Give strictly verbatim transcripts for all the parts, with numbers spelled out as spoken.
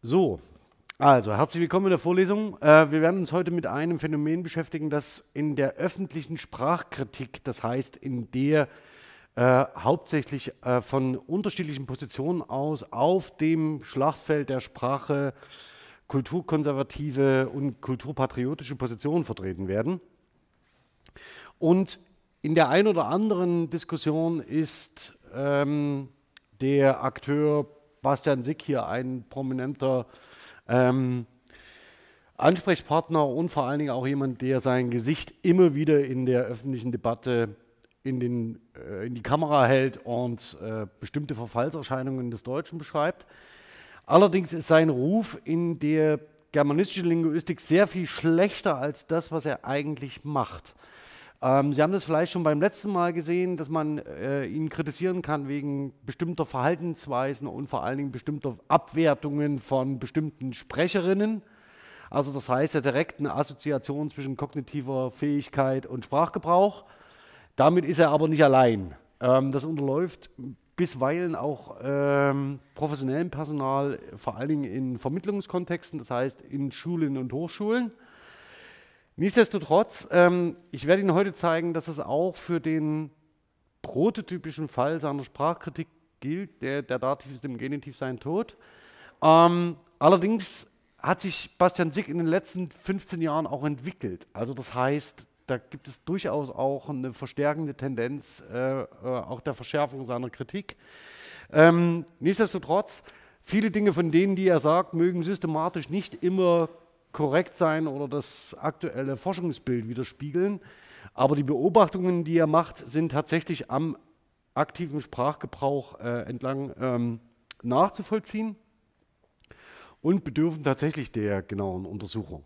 So, also herzlich willkommen in der Vorlesung. Äh, wir werden uns heute mit einem Phänomen beschäftigen, das in der öffentlichen Sprachkritik, das heißt in der äh, hauptsächlich äh, von unterschiedlichen Positionen aus auf dem Schlachtfeld der Sprache kulturkonservative und kulturpatriotische Positionen vertreten werden. Und in der einen oder anderen Diskussion ist ähm, der Akteur Bastian Sick hier ein prominenter ähm, Ansprechpartner und vor allen Dingen auch jemand, der sein Gesicht immer wieder in der öffentlichen Debatte in, den, äh, in die Kamera hält und äh, bestimmte Verfallserscheinungen des Deutschen beschreibt. Allerdings ist sein Ruf in der germanistischen Linguistik sehr viel schlechter als das, was er eigentlich macht. Ähm, Sie haben das vielleicht schon beim letzten Mal gesehen, dass man äh, ihn kritisieren kann wegen bestimmter Verhaltensweisen und vor allen Dingen bestimmter Abwertungen von bestimmten Sprecherinnen. Also das heißt der direkten Assoziation zwischen kognitiver Fähigkeit und Sprachgebrauch. Damit ist er aber nicht allein. Ähm, das unterläuft bisweilen auch ähm, professionellem Personal, vor allen Dingen in Vermittlungskontexten, das heißt in Schulen und Hochschulen. Nichtsdestotrotz, ähm, ich werde Ihnen heute zeigen, dass es auch für den prototypischen Fall seiner Sprachkritik gilt, der, der Dativ ist im Genitiv sein Tod. Ähm, allerdings hat sich Bastian Sick in den letzten fünfzehn Jahren auch entwickelt. Also das heißt, da gibt es durchaus auch eine verstärkende Tendenz, äh, äh, auch der Verschärfung seiner Kritik. Ähm, nichtsdestotrotz, viele Dinge von denen, die er sagt, mögen systematisch nicht immer korrekt sein oder das aktuelle Forschungsbild widerspiegeln. Aber die Beobachtungen, die er macht, sind tatsächlich am aktiven Sprachgebrauch äh, entlang ähm, nachzuvollziehen und bedürfen tatsächlich der genauen Untersuchung.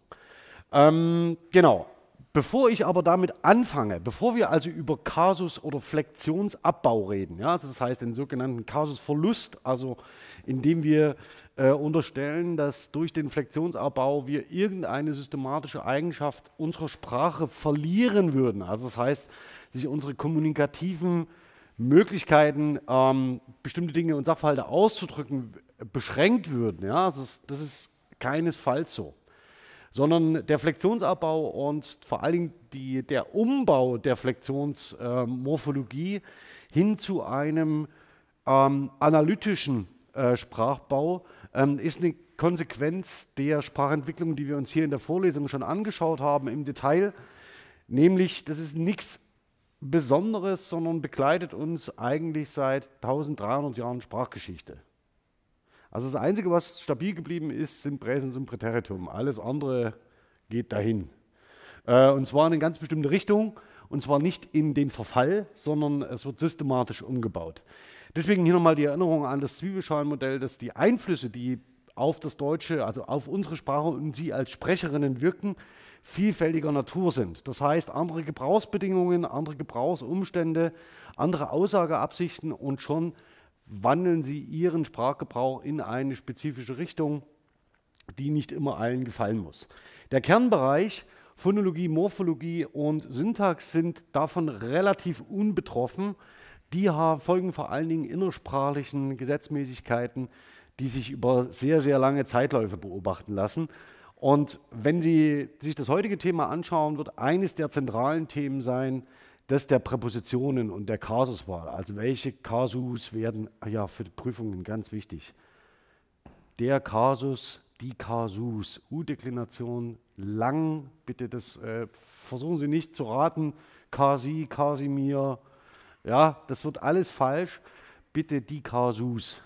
Ähm, genau. Bevor ich aber damit anfange, bevor wir also über Kasus- oder Flektionsabbau reden, ja, also das heißt den sogenannten Kasusverlust, also indem wir äh, unterstellen, dass durch den Flektionsabbau wir irgendeine systematische Eigenschaft unserer Sprache verlieren würden, also das heißt, sich unsere kommunikativen Möglichkeiten, ähm, bestimmte Dinge und Sachverhalte auszudrücken, beschränkt würden, ja, das ist, das ist keinesfalls so. Sondern der Flektionsabbau und vor allen Dingen die, der Umbau der Flexionsmorphologie äh, hin zu einem ähm, analytischen äh, Sprachbau ähm, ist eine Konsequenz der Sprachentwicklung, die wir uns hier in der Vorlesung schon angeschaut haben im Detail. Nämlich, das ist nichts Besonderes, sondern begleitet uns eigentlich seit tausenddreihundert Jahren Sprachgeschichte. Also das Einzige, was stabil geblieben ist, sind Präsens und Präteritum. Alles andere geht dahin. Äh, und zwar in eine ganz bestimmte Richtung, und zwar nicht in den Verfall, sondern es wird systematisch umgebaut. Deswegen hier nochmal die Erinnerung an das Zwiebelschalenmodell, dass die Einflüsse, die auf das Deutsche, also auf unsere Sprache und Sie als Sprecherinnen wirken, vielfältiger Natur sind. Das heißt, andere Gebrauchsbedingungen, andere Gebrauchsumstände, andere Aussageabsichten und schon wandeln Sie Ihren Sprachgebrauch in eine spezifische Richtung, die nicht immer allen gefallen muss. Der Kernbereich Phonologie, Morphologie und Syntax sind davon relativ unbetroffen. Die folgen vor allen Dingen innersprachlichen Gesetzmäßigkeiten, die sich über sehr, sehr lange Zeitläufe beobachten lassen. Und wenn Sie sich das heutige Thema anschauen, wird eines der zentralen Themen sein, das der Präpositionen und der Kasuswahl. Also welche Kasus werden ja für die Prüfungen ganz wichtig. Der Kasus, die Kasus, U-Deklination, lang, bitte das äh, versuchen Sie nicht zu raten, Kasi, Kasimir, ja, das wird alles falsch, bitte die Kasus.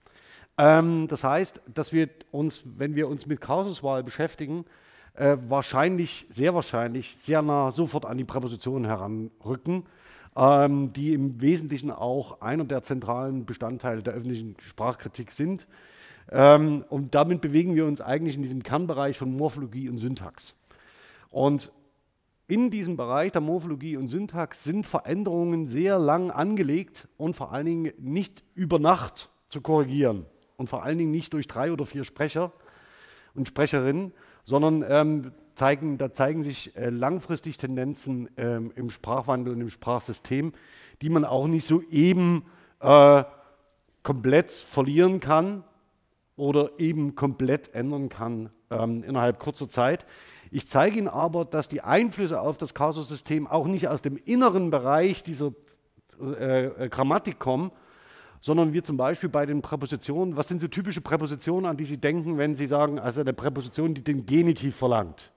Ähm, das heißt, dass wir uns, wenn wir uns mit Kasuswahl beschäftigen, Äh, wahrscheinlich, sehr wahrscheinlich, sehr nah sofort an die Präpositionen heranrücken, ähm, die im Wesentlichen auch einer der zentralen Bestandteile der öffentlichen Sprachkritik sind. Ähm, und damit bewegen wir uns eigentlich in diesem Kernbereich von Morphologie und Syntax. Und in diesem Bereich der Morphologie und Syntax sind Veränderungen sehr lang angelegt und vor allen Dingen nicht über Nacht zu korrigieren und vor allen Dingen nicht durch drei oder vier Sprecher und Sprecherinnen, sondern ähm, zeigen, da zeigen sich äh, langfristig Tendenzen ähm, im Sprachwandel und im Sprachsystem, die man auch nicht so eben äh, komplett verlieren kann. oder eben komplett ändern kann ähm, innerhalb kurzer Zeit. Ich zeige Ihnen aber, dass die Einflüsse auf das Kasusystem auch nicht aus dem inneren Bereich dieser äh, Grammatik kommen, sondern wir zum Beispiel bei den Präpositionen, was sind so typische Präpositionen, an die Sie denken, wenn Sie sagen, also eine Präposition, die den Genitiv verlangt?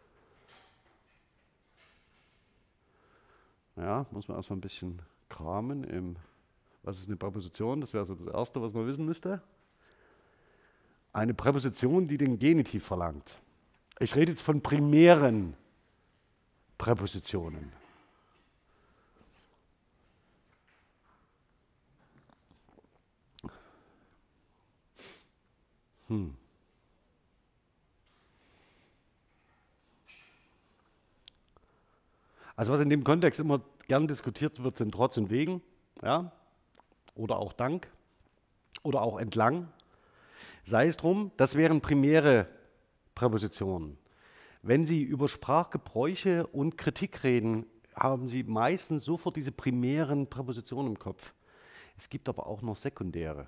Ja, muss man erstmal ein bisschen kramen. Im, was ist eine Präposition? Das wäre so das Erste, was man wissen müsste. Eine Präposition, die den Genitiv verlangt. Ich rede jetzt von primären Präpositionen. Hm. Also was in dem Kontext immer gern diskutiert wird, sind trotz und wegen, ja, oder auch dank oder auch entlang. Sei es drum, das wären primäre Präpositionen. Wenn Sie über Sprachgebräuche und Kritik reden, haben Sie meistens sofort diese primären Präpositionen im Kopf. Es gibt aber auch noch sekundäre.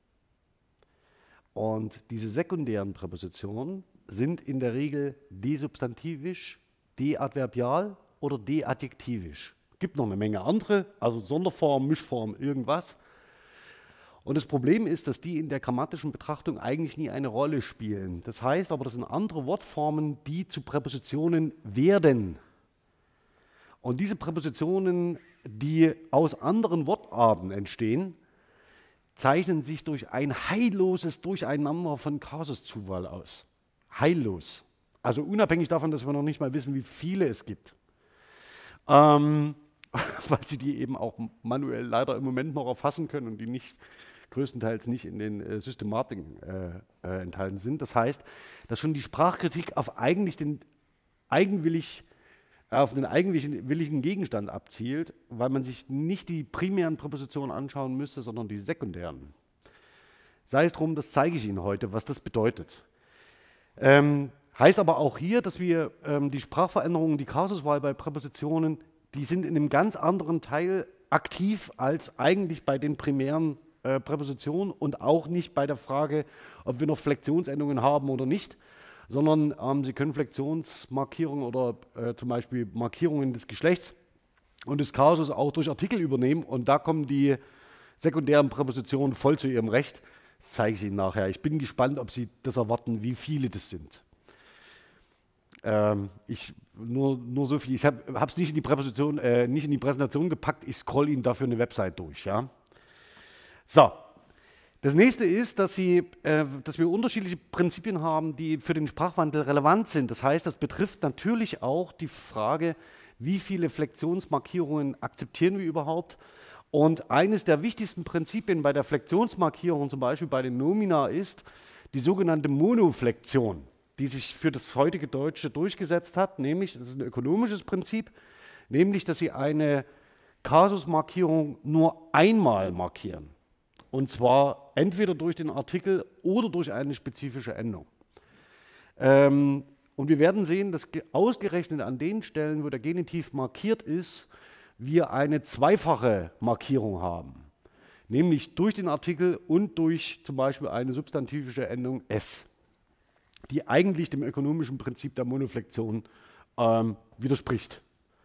Und diese sekundären Präpositionen sind in der Regel desubstantivisch, deadverbial oder deadjektivisch. Es gibt noch eine Menge andere, also Sonderform, Mischform, irgendwas. Und das Problem ist, dass die in der grammatischen Betrachtung eigentlich nie eine Rolle spielen. Das heißt aber, das sind andere Wortformen, die zu Präpositionen werden. Und diese Präpositionen, die aus anderen Wortarten entstehen, zeichnen sich durch ein heilloses Durcheinander von Kasuszuwahl aus. Heillos. Also unabhängig davon, dass wir noch nicht mal wissen, wie viele es gibt. Ähm, weil sie die eben auch manuell leider im Moment noch erfassen können und die nicht größtenteils nicht in den äh, Systematiken äh, äh, enthalten sind. Das heißt, dass schon die Sprachkritik auf eigentlich den eigenwillig auf den eigenwilligen Gegenstand abzielt, weil man sich nicht die primären Präpositionen anschauen müsste, sondern die sekundären. Sei es drum, das zeige ich Ihnen heute, was das bedeutet. Ähm, heißt aber auch hier, dass wir ähm, die Sprachveränderungen, die Kasuswahl bei Präpositionen, die sind in einem ganz anderen Teil aktiv als eigentlich bei den primären äh, Präpositionen und auch nicht bei der Frage, ob wir noch Flexionsendungen haben oder nicht, sondern ähm, Sie können Flexionsmarkierungen oder äh, zum Beispiel Markierungen des Geschlechts und des Kasus auch durch Artikel übernehmen und da kommen die sekundären Präpositionen voll zu ihrem Recht. Das zeige ich Ihnen nachher. Ich bin gespannt, ob Sie das erwarten, wie viele das sind. Ähm, ich, nur, nur so viel. Ich habe es nicht in die Präposition, äh, nicht in die Präsentation gepackt. Ich scroll Ihnen dafür eine Website durch. Ja? So. Das nächste ist, dass, Sie, äh, dass wir unterschiedliche Prinzipien haben, die für den Sprachwandel relevant sind. Das heißt, das betrifft natürlich auch die Frage, wie viele Flexionsmarkierungen akzeptieren wir überhaupt. Und eines der wichtigsten Prinzipien bei der Flexionsmarkierung, zum Beispiel bei den Nomina, ist die sogenannte Monoflexion, die sich für das heutige Deutsche durchgesetzt hat. Nämlich, das ist ein ökonomisches Prinzip, nämlich, dass Sie eine Kasusmarkierung nur einmal markieren. Und zwar entweder durch den Artikel oder durch eine spezifische Endung. Ähm, und wir werden sehen, dass ausgerechnet an den Stellen, wo der Genitiv markiert ist, wir eine zweifache Markierung haben. Nämlich durch den Artikel und durch zum Beispiel eine substantivische Endung s, die eigentlich dem ökonomischen Prinzip der Monoflexion ähm, widerspricht.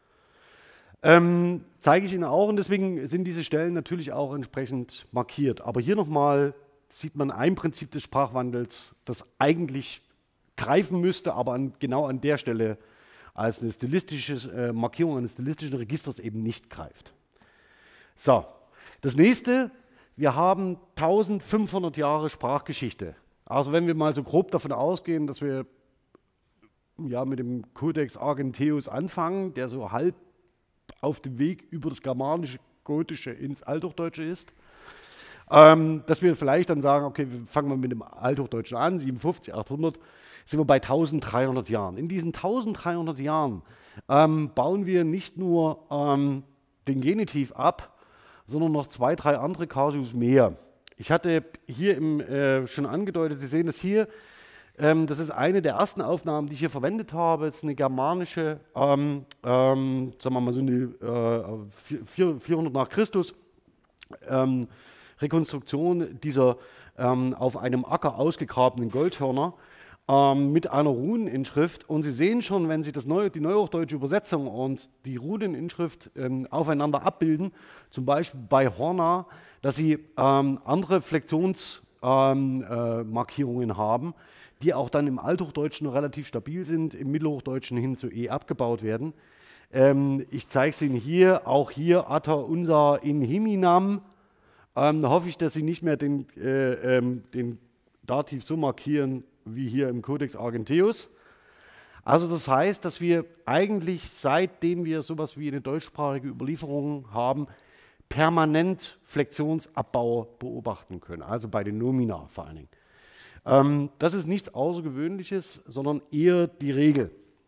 Ähm, zeige ich Ihnen auch und deswegen sind diese Stellen natürlich auch entsprechend markiert. Aber hier nochmal sieht man ein Prinzip des Sprachwandels, das eigentlich greifen müsste, aber an, genau an der Stelle als eine stilistische äh, Markierung eines stilistischen Registers eben nicht greift. So, das nächste, wir haben eintausendfünfhundert Jahre Sprachgeschichte. Also wenn wir mal so grob davon ausgehen, dass wir ja, mit dem Codex Argenteus anfangen, der so halb auf dem Weg über das Germanische, Gotische ins Althochdeutsche ist, ähm, dass wir vielleicht dann sagen, okay, wir fangen mal mit dem Althochdeutschen an, siebenundfünfzig, achthundert, sind wir bei eintausenddreihundert Jahren. In diesen eintausenddreihundert Jahren ähm, bauen wir nicht nur ähm, den Genitiv ab, sondern noch zwei, drei andere Kasus mehr. Ich hatte hier im, äh, schon angedeutet, Sie sehen es hier, Ähm, das ist eine der ersten Aufnahmen, die ich hier verwendet habe. Das ist eine germanische, ähm, ähm, sagen wir mal so eine äh, vierhundert nach Christus, ähm, Rekonstruktion dieser ähm, auf einem Acker ausgegrabenen Goldhörner ähm, mit einer Runeninschrift. Und Sie sehen schon, wenn Sie das Neu die neuhochdeutsche Übersetzung und die Runeninschrift ähm, aufeinander abbilden, zum Beispiel bei Horna, dass Sie ähm, andere Flexionsmarkierungen ähm, äh, haben, die auch dann im Althochdeutschen relativ stabil sind, im Mittelhochdeutschen hin zu E abgebaut werden. Ähm, ich zeige es Ihnen hier, auch hier Ata unsa in Himinam. Ähm, da hoffe ich, dass Sie nicht mehr den, äh, ähm, den Dativ so markieren wie hier im Codex Argenteus. Also das heißt, dass wir eigentlich, seitdem wir sowas wie eine deutschsprachige Überlieferung haben, permanent Flexionsabbau beobachten können, also bei den Nomina vor allen Dingen. Ähm, das ist nichts Außergewöhnliches, sondern eher die Regel.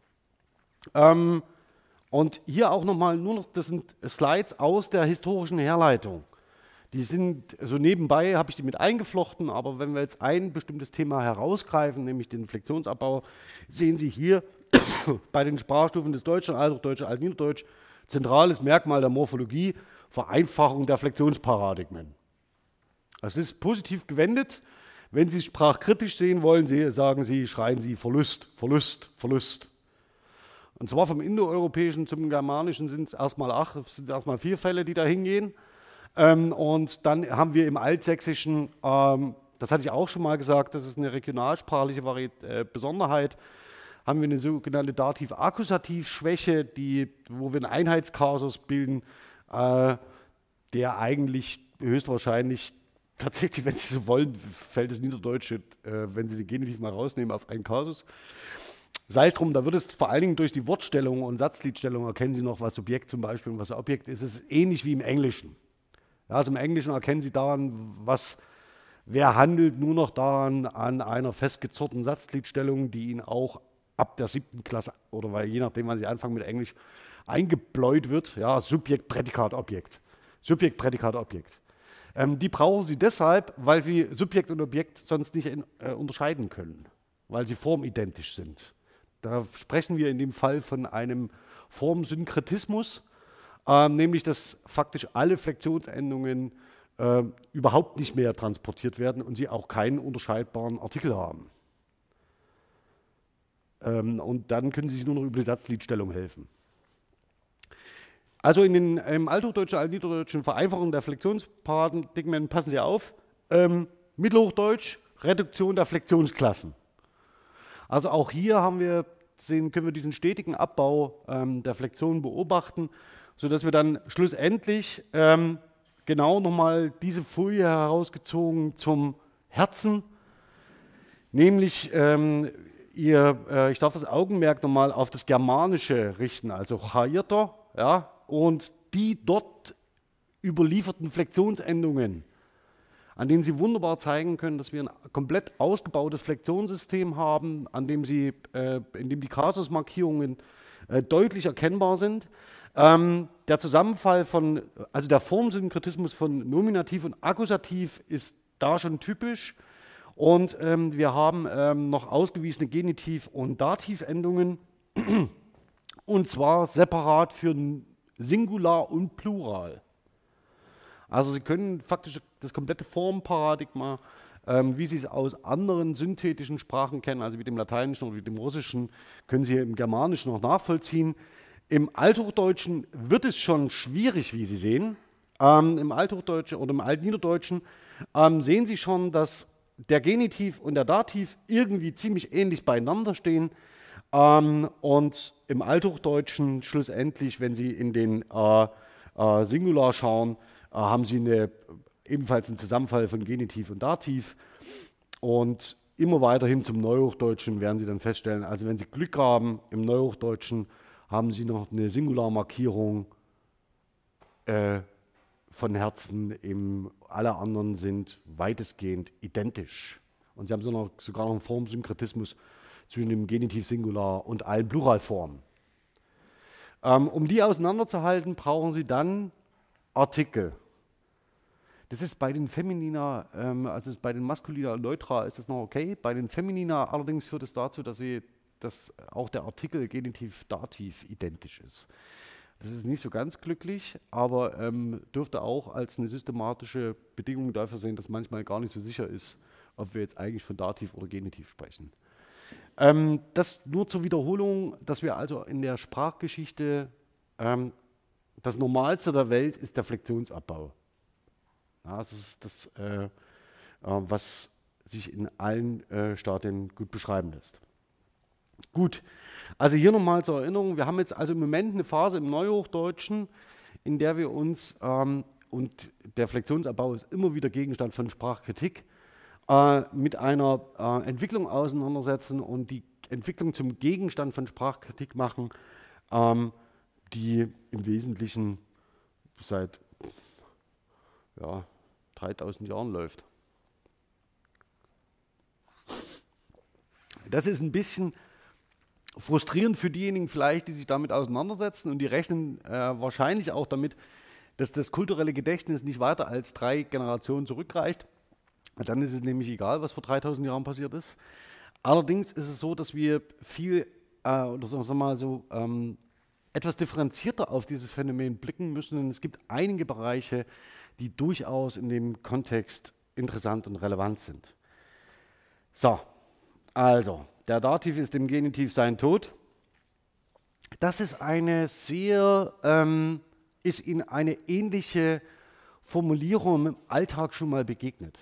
Ähm, und hier auch nochmal nur noch, das sind Slides aus der historischen Herleitung. Die sind so nebenbei, habe ich die mit eingeflochten, aber wenn wir jetzt ein bestimmtes Thema herausgreifen, nämlich den Flexionsabbau, sehen Sie hier bei den Sprachstufen des Deutschen, Althochdeutsch, Altniederdeutsch, zentrales Merkmal der Morphologie, Vereinfachung der Flexionsparadigmen. Das ist positiv gewendet. Wenn Sie sprachkritisch sehen wollen, Sie, sagen Sie, schreien Sie Verlust, Verlust, Verlust. Und zwar vom Indoeuropäischen zum Germanischen sind es erstmal acht, sind erstmal vier Fälle, die da hingehen. Ähm, und dann haben wir im Altsächsischen, ähm, das hatte ich auch schon mal gesagt, das ist eine regionalsprachliche Vari äh, Besonderheit, haben wir eine sogenannte Dativ-Akkusativ-Schwäche, die, wo wir einen Einheitskasus bilden, äh, der eigentlich höchstwahrscheinlich tatsächlich, wenn Sie so wollen, fällt das Niederdeutsche, äh, wenn Sie den Genitiv mal rausnehmen, auf einen Kasus. Sei es drum, da wird es vor allen Dingen durch die Wortstellung und Satzgliedstellung erkennen Sie noch, was Subjekt zum Beispiel und was Objekt ist. Es ist ähnlich wie im Englischen. Ja, also im Englischen erkennen Sie daran, was, wer handelt nur noch daran an einer festgezurrten Satzgliedstellung, die Ihnen auch ab der siebten Klasse oder weil je nachdem, wann Sie anfangen mit Englisch, eingebläut wird. Ja, Subjekt, Prädikat, Objekt. Subjekt, Prädikat, Objekt. Ähm, die brauchen Sie deshalb, weil Sie Subjekt und Objekt sonst nicht in, äh, unterscheiden können, weil sie formidentisch sind. Da sprechen wir in dem Fall von einem Formsynkretismus, äh, nämlich dass faktisch alle Flexionsendungen äh, überhaupt nicht mehr transportiert werden und sie auch keinen unterscheidbaren Artikel haben. Ähm, und dann können Sie sich nur noch über die Satzgliedstellung helfen. Also in den im Althochdeutschen, Altniederdeutschen Vereinfachung der Flexionsparadigmen passen Sie auf. Ähm, Mittelhochdeutsch, Reduktion der Flexionsklassen. Also auch hier haben wir, sehen, können wir diesen stetigen Abbau ähm, der Flexion beobachten, sodass wir dann schlussendlich ähm, genau nochmal diese Folie herausgezogen zum Herzen, nämlich ähm, ihr, äh, ich darf das Augenmerk nochmal auf das Germanische richten, also Chairter, ja, und die dort überlieferten Flexionsendungen, an denen Sie wunderbar zeigen können, dass wir ein komplett ausgebautes Flexionssystem haben, an dem Sie, äh, in dem die Kasusmarkierungen äh, deutlich erkennbar sind. Ähm, der Zusammenfall von, also der Formsynkretismus von Nominativ und Akkusativ ist da schon typisch. Und ähm, wir haben ähm, noch ausgewiesene Genitiv- und Dativendungen, und zwar separat für Singular und Plural. Also Sie können faktisch das komplette Formparadigma, ähm, wie Sie es aus anderen synthetischen Sprachen kennen, also wie dem Lateinischen oder wie dem Russischen, können Sie im Germanischen noch nachvollziehen. Im Althochdeutschen wird es schon schwierig, wie Sie sehen. Ähm, Im Althochdeutschen oder im Altniederdeutschen ähm, sehen Sie schon, dass der Genitiv und der Dativ irgendwie ziemlich ähnlich beieinander stehen. Ähm, und im Althochdeutschen schlussendlich, wenn Sie in den äh, äh, Singular schauen, äh, haben Sie eine, ebenfalls einen Zusammenfall von Genitiv und Dativ. Und immer weiterhin zum Neuhochdeutschen werden Sie dann feststellen, also wenn Sie Glück haben, im Neuhochdeutschen haben Sie noch eine Singularmarkierung äh, von Herzen, im, alle anderen sind weitestgehend identisch. Und Sie haben so noch, sogar noch einen Formsynkretismus zwischen dem Genitiv Singular und allen Pluralformen. Ähm, um die auseinanderzuhalten, brauchen Sie dann Artikel. Das ist bei den Feminina, ähm, also bei den Maskulina und Neutra ist das noch okay. Bei den Feminina allerdings führt es dazu, dass, sie, dass auch der Artikel Genitiv Dativ identisch ist. Das ist nicht so ganz glücklich, aber ähm, dürfte auch als eine systematische Bedingung dafür sehen, dass manchmal gar nicht so sicher ist, ob wir jetzt eigentlich von Dativ oder Genitiv sprechen. Ähm, das nur zur Wiederholung, dass wir also in der Sprachgeschichte ähm, das Normalste der Welt ist der Flexionsabbau. Ja, das ist das, äh, äh, was sich in allen äh, Stadien gut beschreiben lässt. Gut, also hier nochmal zur Erinnerung, wir haben jetzt also im Moment eine Phase im Neuhochdeutschen, in der wir uns, ähm, und der Flexionsabbau ist immer wieder Gegenstand von Sprachkritik, äh, mit einer äh, Entwicklung auseinandersetzen und die Entwicklung zum Gegenstand von Sprachkritik machen, ähm, die im Wesentlichen seit ja, dreitausend Jahren läuft. Das ist ein bisschen frustrierend für diejenigen vielleicht, die sich damit auseinandersetzen und die rechnen äh, wahrscheinlich auch damit, dass das kulturelle Gedächtnis nicht weiter als drei Generationen zurückreicht. Dann ist es nämlich egal, was vor dreitausend Jahren passiert ist. Allerdings ist es so, dass wir viel, äh, oder sagen wir mal so, ähm, etwas differenzierter auf dieses Phänomen blicken müssen. Und es gibt einige Bereiche, die durchaus in dem Kontext interessant und relevant sind. So, also, der Dativ ist im Genitiv sein Tod. Das ist eine sehr, ähm, ist Ihnen eine ähnliche Formulierung im Alltag schon mal begegnet.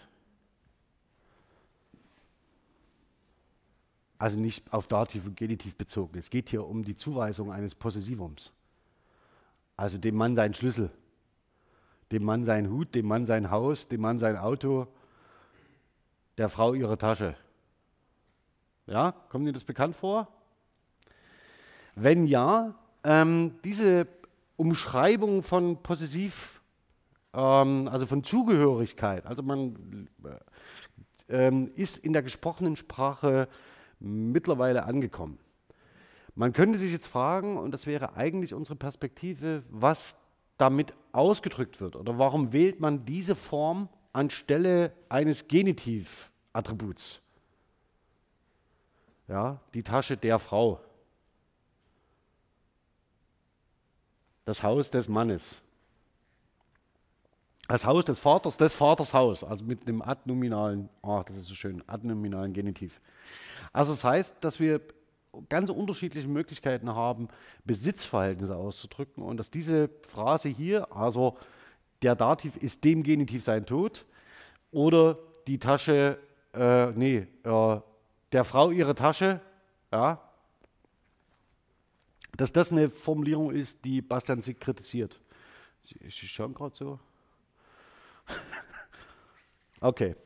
Also nicht auf Dativ und Genitiv bezogen. Es geht hier um die Zuweisung eines Possessivums. Also dem Mann sein Schlüssel, dem Mann sein Hut, dem Mann sein Haus, dem Mann sein Auto, der Frau ihre Tasche. Ja, kommt Ihnen das bekannt vor? Wenn ja, ähm, diese Umschreibung von Possessiv, ähm, also von Zugehörigkeit, also man äh, ähm, ist in der gesprochenen Sprache mittlerweile angekommen. Man könnte sich jetzt fragen, und das wäre eigentlich unsere Perspektive, was damit ausgedrückt wird oder warum wählt man diese Form anstelle eines Genitivattributs? Ja, die Tasche der Frau, das Haus des Mannes, das Haus des Vaters, des Vaters Haus, also mit einem adnominalen, ach, das ist so schön, adnominalen Genitiv. Also das heißt, dass wir ganz unterschiedliche Möglichkeiten haben, Besitzverhältnisse auszudrücken und dass diese Phrase hier, also der Dativ ist dem Genitiv sein Tod oder die Tasche, äh, nee, äh, der Frau ihre Tasche, ja, dass das eine Formulierung ist, die Bastian Sick kritisiert. Sie, Sie schauen gerade so. Okay.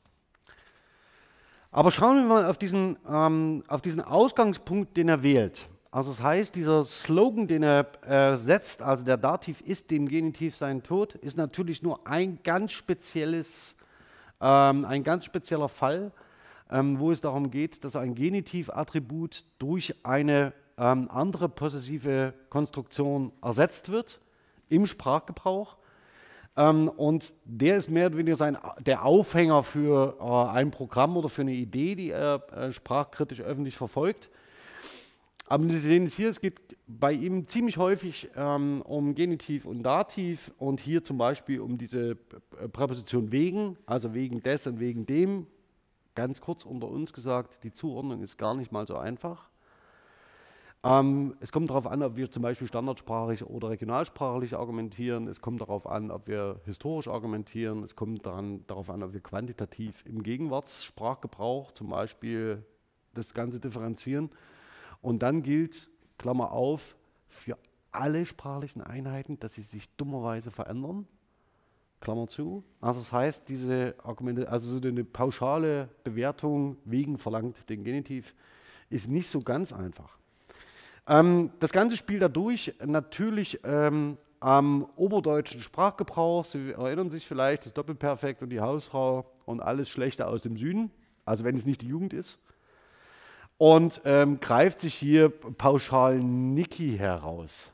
Aber schauen wir mal auf diesen, ähm, auf diesen Ausgangspunkt, den er wählt. Also das heißt, dieser Slogan, den er äh, setzt, also der Dativ ist dem Genitiv sein Tod, ist natürlich nur ein ganz spezielles, ähm, ein ganz spezieller Fall, ähm, wo es darum geht, dass ein Genitivattribut durch eine ähm, andere possessive Konstruktion ersetzt wird im Sprachgebrauch. Ähm, und der ist mehr oder weniger sein, der Aufhänger für äh, ein Programm oder für eine Idee, die er äh, sprachkritisch öffentlich verfolgt. Aber Sie sehen es hier, es geht bei ihm ziemlich häufig ähm, um Genitiv und Dativ und hier zum Beispiel um diese äh, Präposition wegen, also wegen des und wegen dem. Ganz kurz unter uns gesagt, die Zuordnung ist gar nicht mal so einfach. Ähm, es kommt darauf an, ob wir zum Beispiel standardsprachlich oder regionalsprachlich argumentieren. Es kommt darauf an, ob wir historisch argumentieren. Es kommt daran, darauf an, ob wir quantitativ im Gegenwartssprachgebrauch zum Beispiel das Ganze differenzieren. Und dann gilt, Klammer auf, für alle sprachlichen Einheiten, dass sie sich dummerweise verändern. Klammer zu. Also das heißt, diese Argumente, also so eine pauschale Bewertung wegen verlangt den Genitiv, ist nicht so ganz einfach. Ähm, das Ganze spielt dadurch natürlich ähm, am oberdeutschen Sprachgebrauch. Sie erinnern sich vielleicht, das Doppelperfekt und die Hausfrau und alles Schlechte aus dem Süden, also wenn es nicht die Jugend ist. Und ähm, greift sich hier pauschal Niki heraus.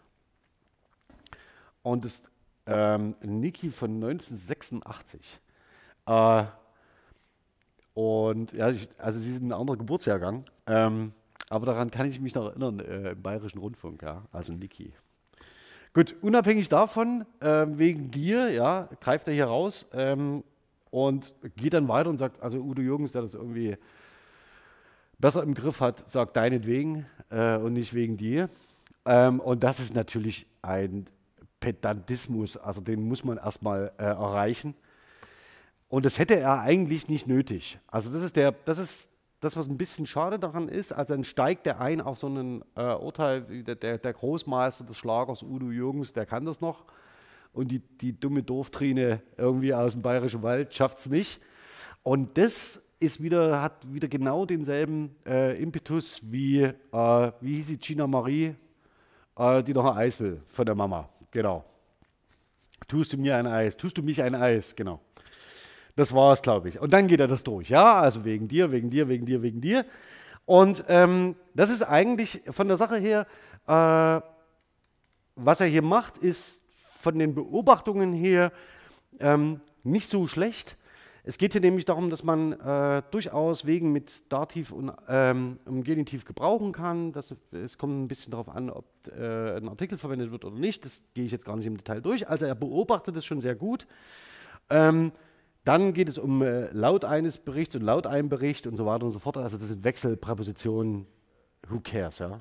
Und das ähm, Niki von neunzehnhundertsechsundachtzig. Äh, und ja, ich, also sie sind ein anderer Geburtsjahrgang. Ähm, Aber daran kann ich mich noch erinnern, äh, im Bayerischen Rundfunk, ja, also Niki. Gut, unabhängig davon, ähm, wegen dir, ja, greift er hier raus ähm, und geht dann weiter und sagt, also Udo Jürgens, der das irgendwie besser im Griff hat, sagt deinetwegen äh, und nicht wegen dir. Ähm, und das ist natürlich ein Pedantismus, also den muss man erstmal äh, erreichen. Und das hätte er eigentlich nicht nötig. Also das ist der, das ist das, was ein bisschen schade daran ist. Also dann steigt er ein auf so ein äh, Urteil, wie der, der, der Großmeister des Schlagers Udo Jürgens, der kann das noch. Und die, die dumme Dorftrine irgendwie aus dem Bayerischen Wald schafft es nicht. Und das ist wieder, hat wieder genau denselben äh, Impetus wie, äh, wie hieß sie, Gina Marie, äh, die noch ein Eis will von der Mama. Genau. Tust du mir ein Eis? Tust du mich ein Eis? Genau. Das war es, glaube ich. Und dann geht er das durch. Ja, also wegen dir, wegen dir, wegen dir, wegen dir. Und ähm, das ist eigentlich von der Sache her, äh, was er hier macht, ist von den Beobachtungen her ähm, nicht so schlecht. Es geht hier nämlich darum, dass man äh, durchaus Wegen mit Dativ und ähm, Genitiv gebrauchen kann. Das, es kommt ein bisschen darauf an, ob äh, ein Artikel verwendet wird oder nicht. Das gehe ich jetzt gar nicht im Detail durch. Also er beobachtet es schon sehr gut. Ähm, dann geht es um äh, laut eines Berichts und laut einem Bericht und so weiter und so fort. Also das sind Wechselpräpositionen. Who cares, ja?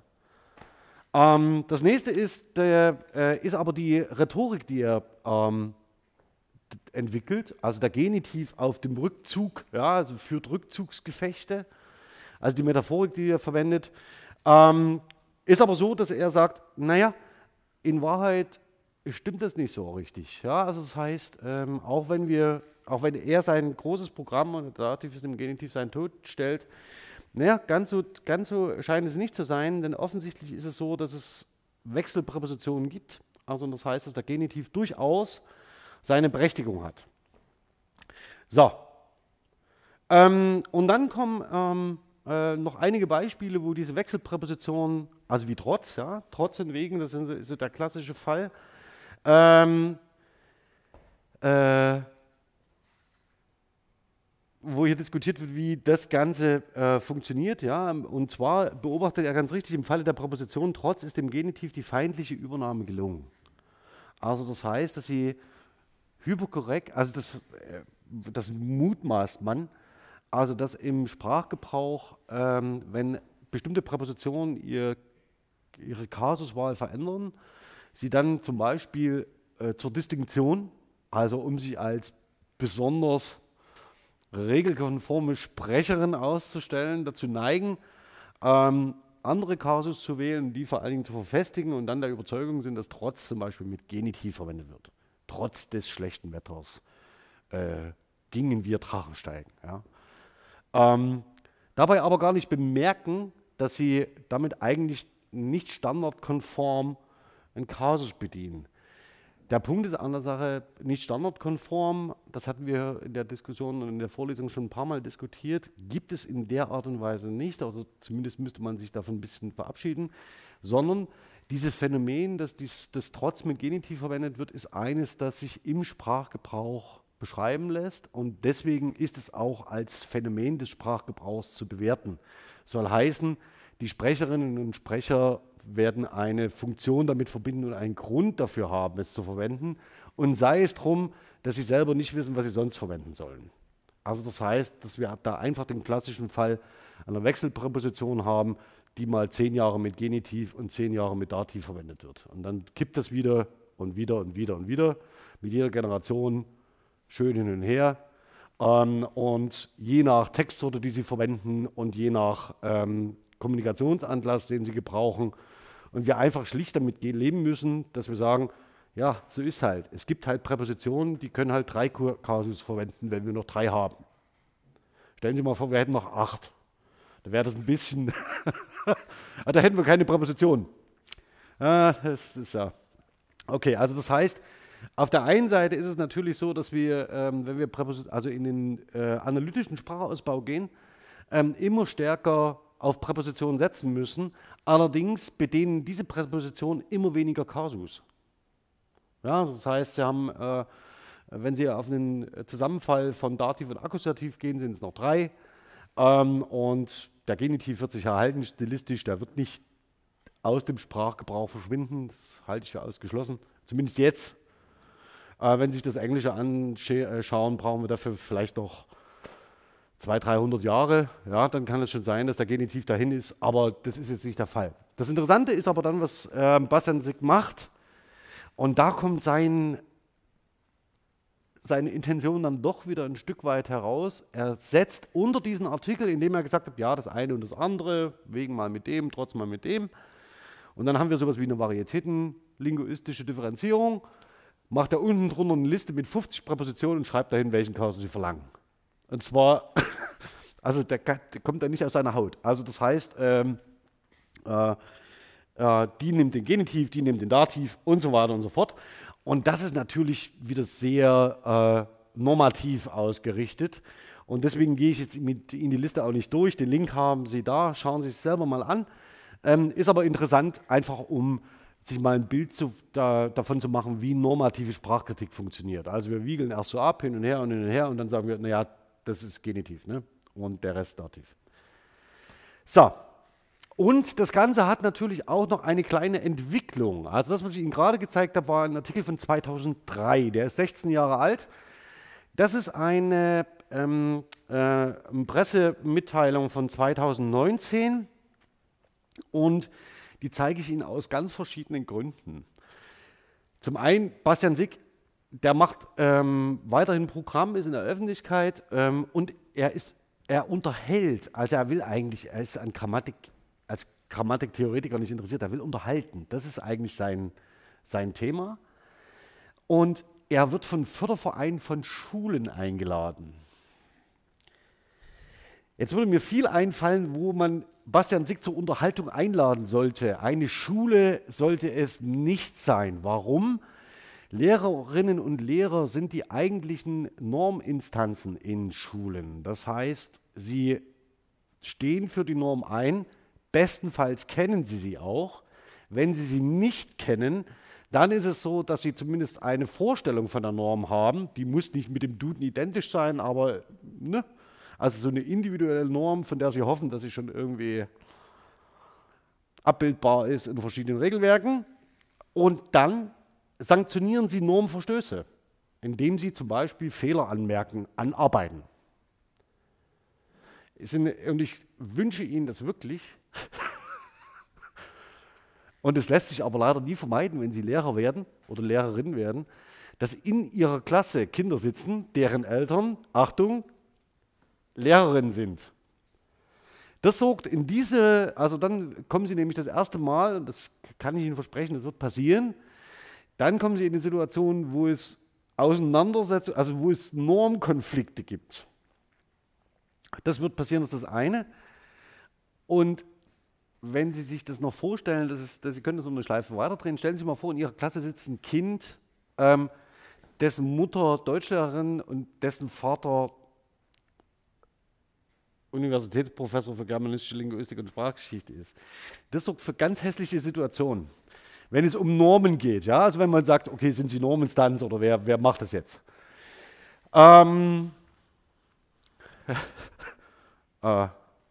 Ähm, das nächste ist, äh, äh, ist aber die Rhetorik, die er ähm, entwickelt, also der Genitiv auf dem Rückzug, ja, also führt Rückzugsgefechte, also die Metaphorik, die er verwendet, ähm, ist aber so, dass er sagt, naja, in Wahrheit stimmt das nicht so richtig. Ja, also das heißt, ähm, auch wenn wir, auch wenn er sein großes Programm und der Dativ ist im Genitiv seinen Tod stellt, naja, ganz so, ganz so scheint es nicht zu sein, denn offensichtlich ist es so, dass es Wechselpräpositionen gibt. Also das heißt, dass der Genitiv durchaus seine Berechtigung hat. So, ähm, und dann kommen ähm, äh, noch einige Beispiele, wo diese Wechselpräpositionen, also wie trotz, ja, trotz und wegen, das ist so, ist so der klassische Fall, ähm, äh, wo hier diskutiert wird, wie das Ganze äh, funktioniert, ja, und zwar beobachtet er ganz richtig, im Falle der Präposition trotz ist dem Genitiv die feindliche Übernahme gelungen. Also das heißt, dass sie hyperkorrekt, also das, äh, das mutmaßt man, also dass im Sprachgebrauch, ähm, wenn bestimmte Präpositionen ihr, ihre Kasuswahl verändern, sie dann zum Beispiel äh, zur Distinktion, also um sich als besonders regelkonforme Sprecherin auszustellen, dazu neigen, ähm, andere Kasus zu wählen, die vor allen Dingen zu verfestigen und dann der Überzeugung sind, dass trotz zum Beispiel mit Genitiv verwendet wird. Trotz des schlechten Wetters äh, gingen wir Drachensteigen. Ja. Ähm, dabei aber gar nicht bemerken, dass sie damit eigentlich nicht standardkonform einen Kasus bedienen. Der Punkt ist an der Sache nicht standardkonform, das hatten wir in der Diskussion und in der Vorlesung schon ein paar Mal diskutiert, gibt es in der Art und Weise nicht, also zumindest müsste man sich davon ein bisschen verabschieden, sondern dieses Phänomen, dass dies, das Trotz mit Genitiv verwendet wird, ist eines, das sich im Sprachgebrauch beschreiben lässt und deswegen ist es auch als Phänomen des Sprachgebrauchs zu bewerten. Soll heißen, die Sprecherinnen und Sprecher werden eine Funktion damit verbinden und einen Grund dafür haben, es zu verwenden. Und sei es drum, dass sie selber nicht wissen, was sie sonst verwenden sollen. Also das heißt, dass wir da einfach den klassischen Fall einer Wechselpräposition haben, die mal zehn Jahre mit Genitiv und zehn Jahre mit Dativ verwendet wird. Und dann kippt das wieder und wieder und wieder und wieder. Mit jeder Generation schön hin und her. Ähm, und je nach Textsorte, die sie verwenden und je nach ähm, Kommunikationsanlass, den sie gebrauchen, und wir einfach schlicht damit leben müssen, dass wir sagen, ja, so ist halt. Es gibt halt Präpositionen, die können halt drei Kasus verwenden, wenn wir noch drei haben. Stellen Sie mal vor, wir hätten noch acht. Da wäre das ein bisschen, da hätten wir keine Präposition. Ah, das ist ja, okay, also das heißt, auf der einen Seite ist es natürlich so, dass wir, ähm, wenn wir Präposit also in den äh, analytischen Sprachausbau gehen, ähm, immer stärker auf Präpositionen setzen müssen. Allerdings bedienen diese Präpositionen immer weniger Kasus. Ja, das heißt, Sie haben, äh, wenn Sie auf einen Zusammenfall von Dativ und Akkusativ gehen, sind es noch drei. Ähm, und der Genitiv wird sich erhalten, stilistisch, der wird nicht aus dem Sprachgebrauch verschwinden. Das halte ich für ausgeschlossen, zumindest jetzt. Äh, wenn Sie sich das Englische anschauen, brauchen wir dafür vielleicht noch zweihundert, dreihundert Jahre. Ja, dann kann es schon sein, dass der Genitiv dahin ist, aber das ist jetzt nicht der Fall. Das Interessante ist aber dann, was äh, Bastian Sick macht, und da kommt sein, seine Intention dann doch wieder ein Stück weit heraus. Er setzt unter diesen Artikel, in dem er gesagt hat, ja, das eine und das andere, wegen mal mit dem, trotz mal mit dem. Und dann haben wir sowas wie eine varietätenlinguistische Differenzierung. Macht er unten drunter eine Liste mit fünfzig Präpositionen und schreibt dahin, welchen Kasus Sie verlangen. Und zwar, also der, der kommt da nicht aus seiner Haut. Also das heißt, ähm, äh, äh, die nimmt den Genitiv, die nimmt den Dativ und so weiter und so fort. Und das ist natürlich wieder sehr äh, normativ ausgerichtet. Und deswegen gehe ich jetzt mit in die Liste auch nicht durch. Den Link haben Sie da, schauen Sie es selber mal an. Ähm, ist aber interessant, einfach um sich mal ein Bild zu, da, davon zu machen, wie normative Sprachkritik funktioniert. Also wir wiegeln erst so ab, hin und her und hin und her und dann sagen wir, naja, das ist Genitiv, ne? Und der Rest Dativ. So, und das Ganze hat natürlich auch noch eine kleine Entwicklung. Also das, was ich Ihnen gerade gezeigt habe, war ein Artikel von zweitausenddrei, der ist sechzehn Jahre alt. Das ist eine ähm, äh, Pressemitteilung von zweitausendneunzehn und die zeige ich Ihnen aus ganz verschiedenen Gründen. Zum einen, Bastian Sick, der macht ähm, weiterhin Programm, ist in der Öffentlichkeit ähm, und er, ist, er unterhält, also er will eigentlich, er ist an Grammatik, als Grammatiktheoretiker nicht interessiert, er will unterhalten. Das ist eigentlich sein, sein Thema. Und er wird von Fördervereinen von Schulen eingeladen. Jetzt würde mir viel einfallen, wo man Bastian Sick zur Unterhaltung einladen sollte. Eine Schule sollte es nicht sein. Warum? Lehrerinnen und Lehrer sind die eigentlichen Norminstanzen in Schulen. Das heißt, sie stehen für die Norm ein, bestenfalls kennen sie sie auch. Wenn sie sie nicht kennen, dann ist es so, dass sie zumindest eine Vorstellung von der Norm haben. Die muss nicht mit dem Duden identisch sein, aber ne? Also so eine individuelle Norm, von der sie hoffen, dass sie schon irgendwie abbildbar ist in verschiedenen Regelwerken. Und dann sanktionieren Sie Normverstöße, indem Sie zum Beispiel Fehler anmerken, anarbeiten. Und ich wünsche Ihnen das wirklich. Und es lässt sich aber leider nie vermeiden, wenn Sie Lehrer werden oder Lehrerin werden, dass in Ihrer Klasse Kinder sitzen, deren Eltern, Achtung, Lehrerinnen sind. Das sorgt in diese, also dann kommen Sie nämlich das erste Mal, und das kann ich Ihnen versprechen, das wird passieren, dann kommen Sie in eine Situation, wo es Auseinandersetzungen, also wo es Normkonflikte gibt. Das wird passieren, das ist das eine. Und wenn Sie sich das noch vorstellen, das ist, das, Sie können das noch eine Schleife weiterdrehen, stellen Sie sich mal vor, in Ihrer Klasse sitzt ein Kind, ähm, dessen Mutter Deutschlehrerin und dessen Vater Universitätsprofessor für germanistische Linguistik und Sprachgeschichte ist. Das sorgt für ganz hässliche Situationen, wenn es um Normen geht. Ja? Also wenn man sagt, okay, sind Sie Norminstanz oder wer, wer macht das jetzt? Ähm, äh,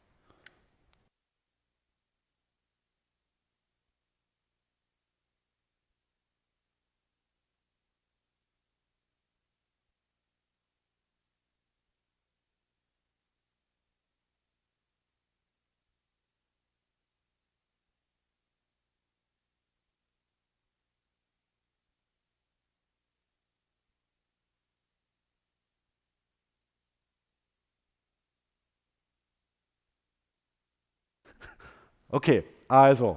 okay, also.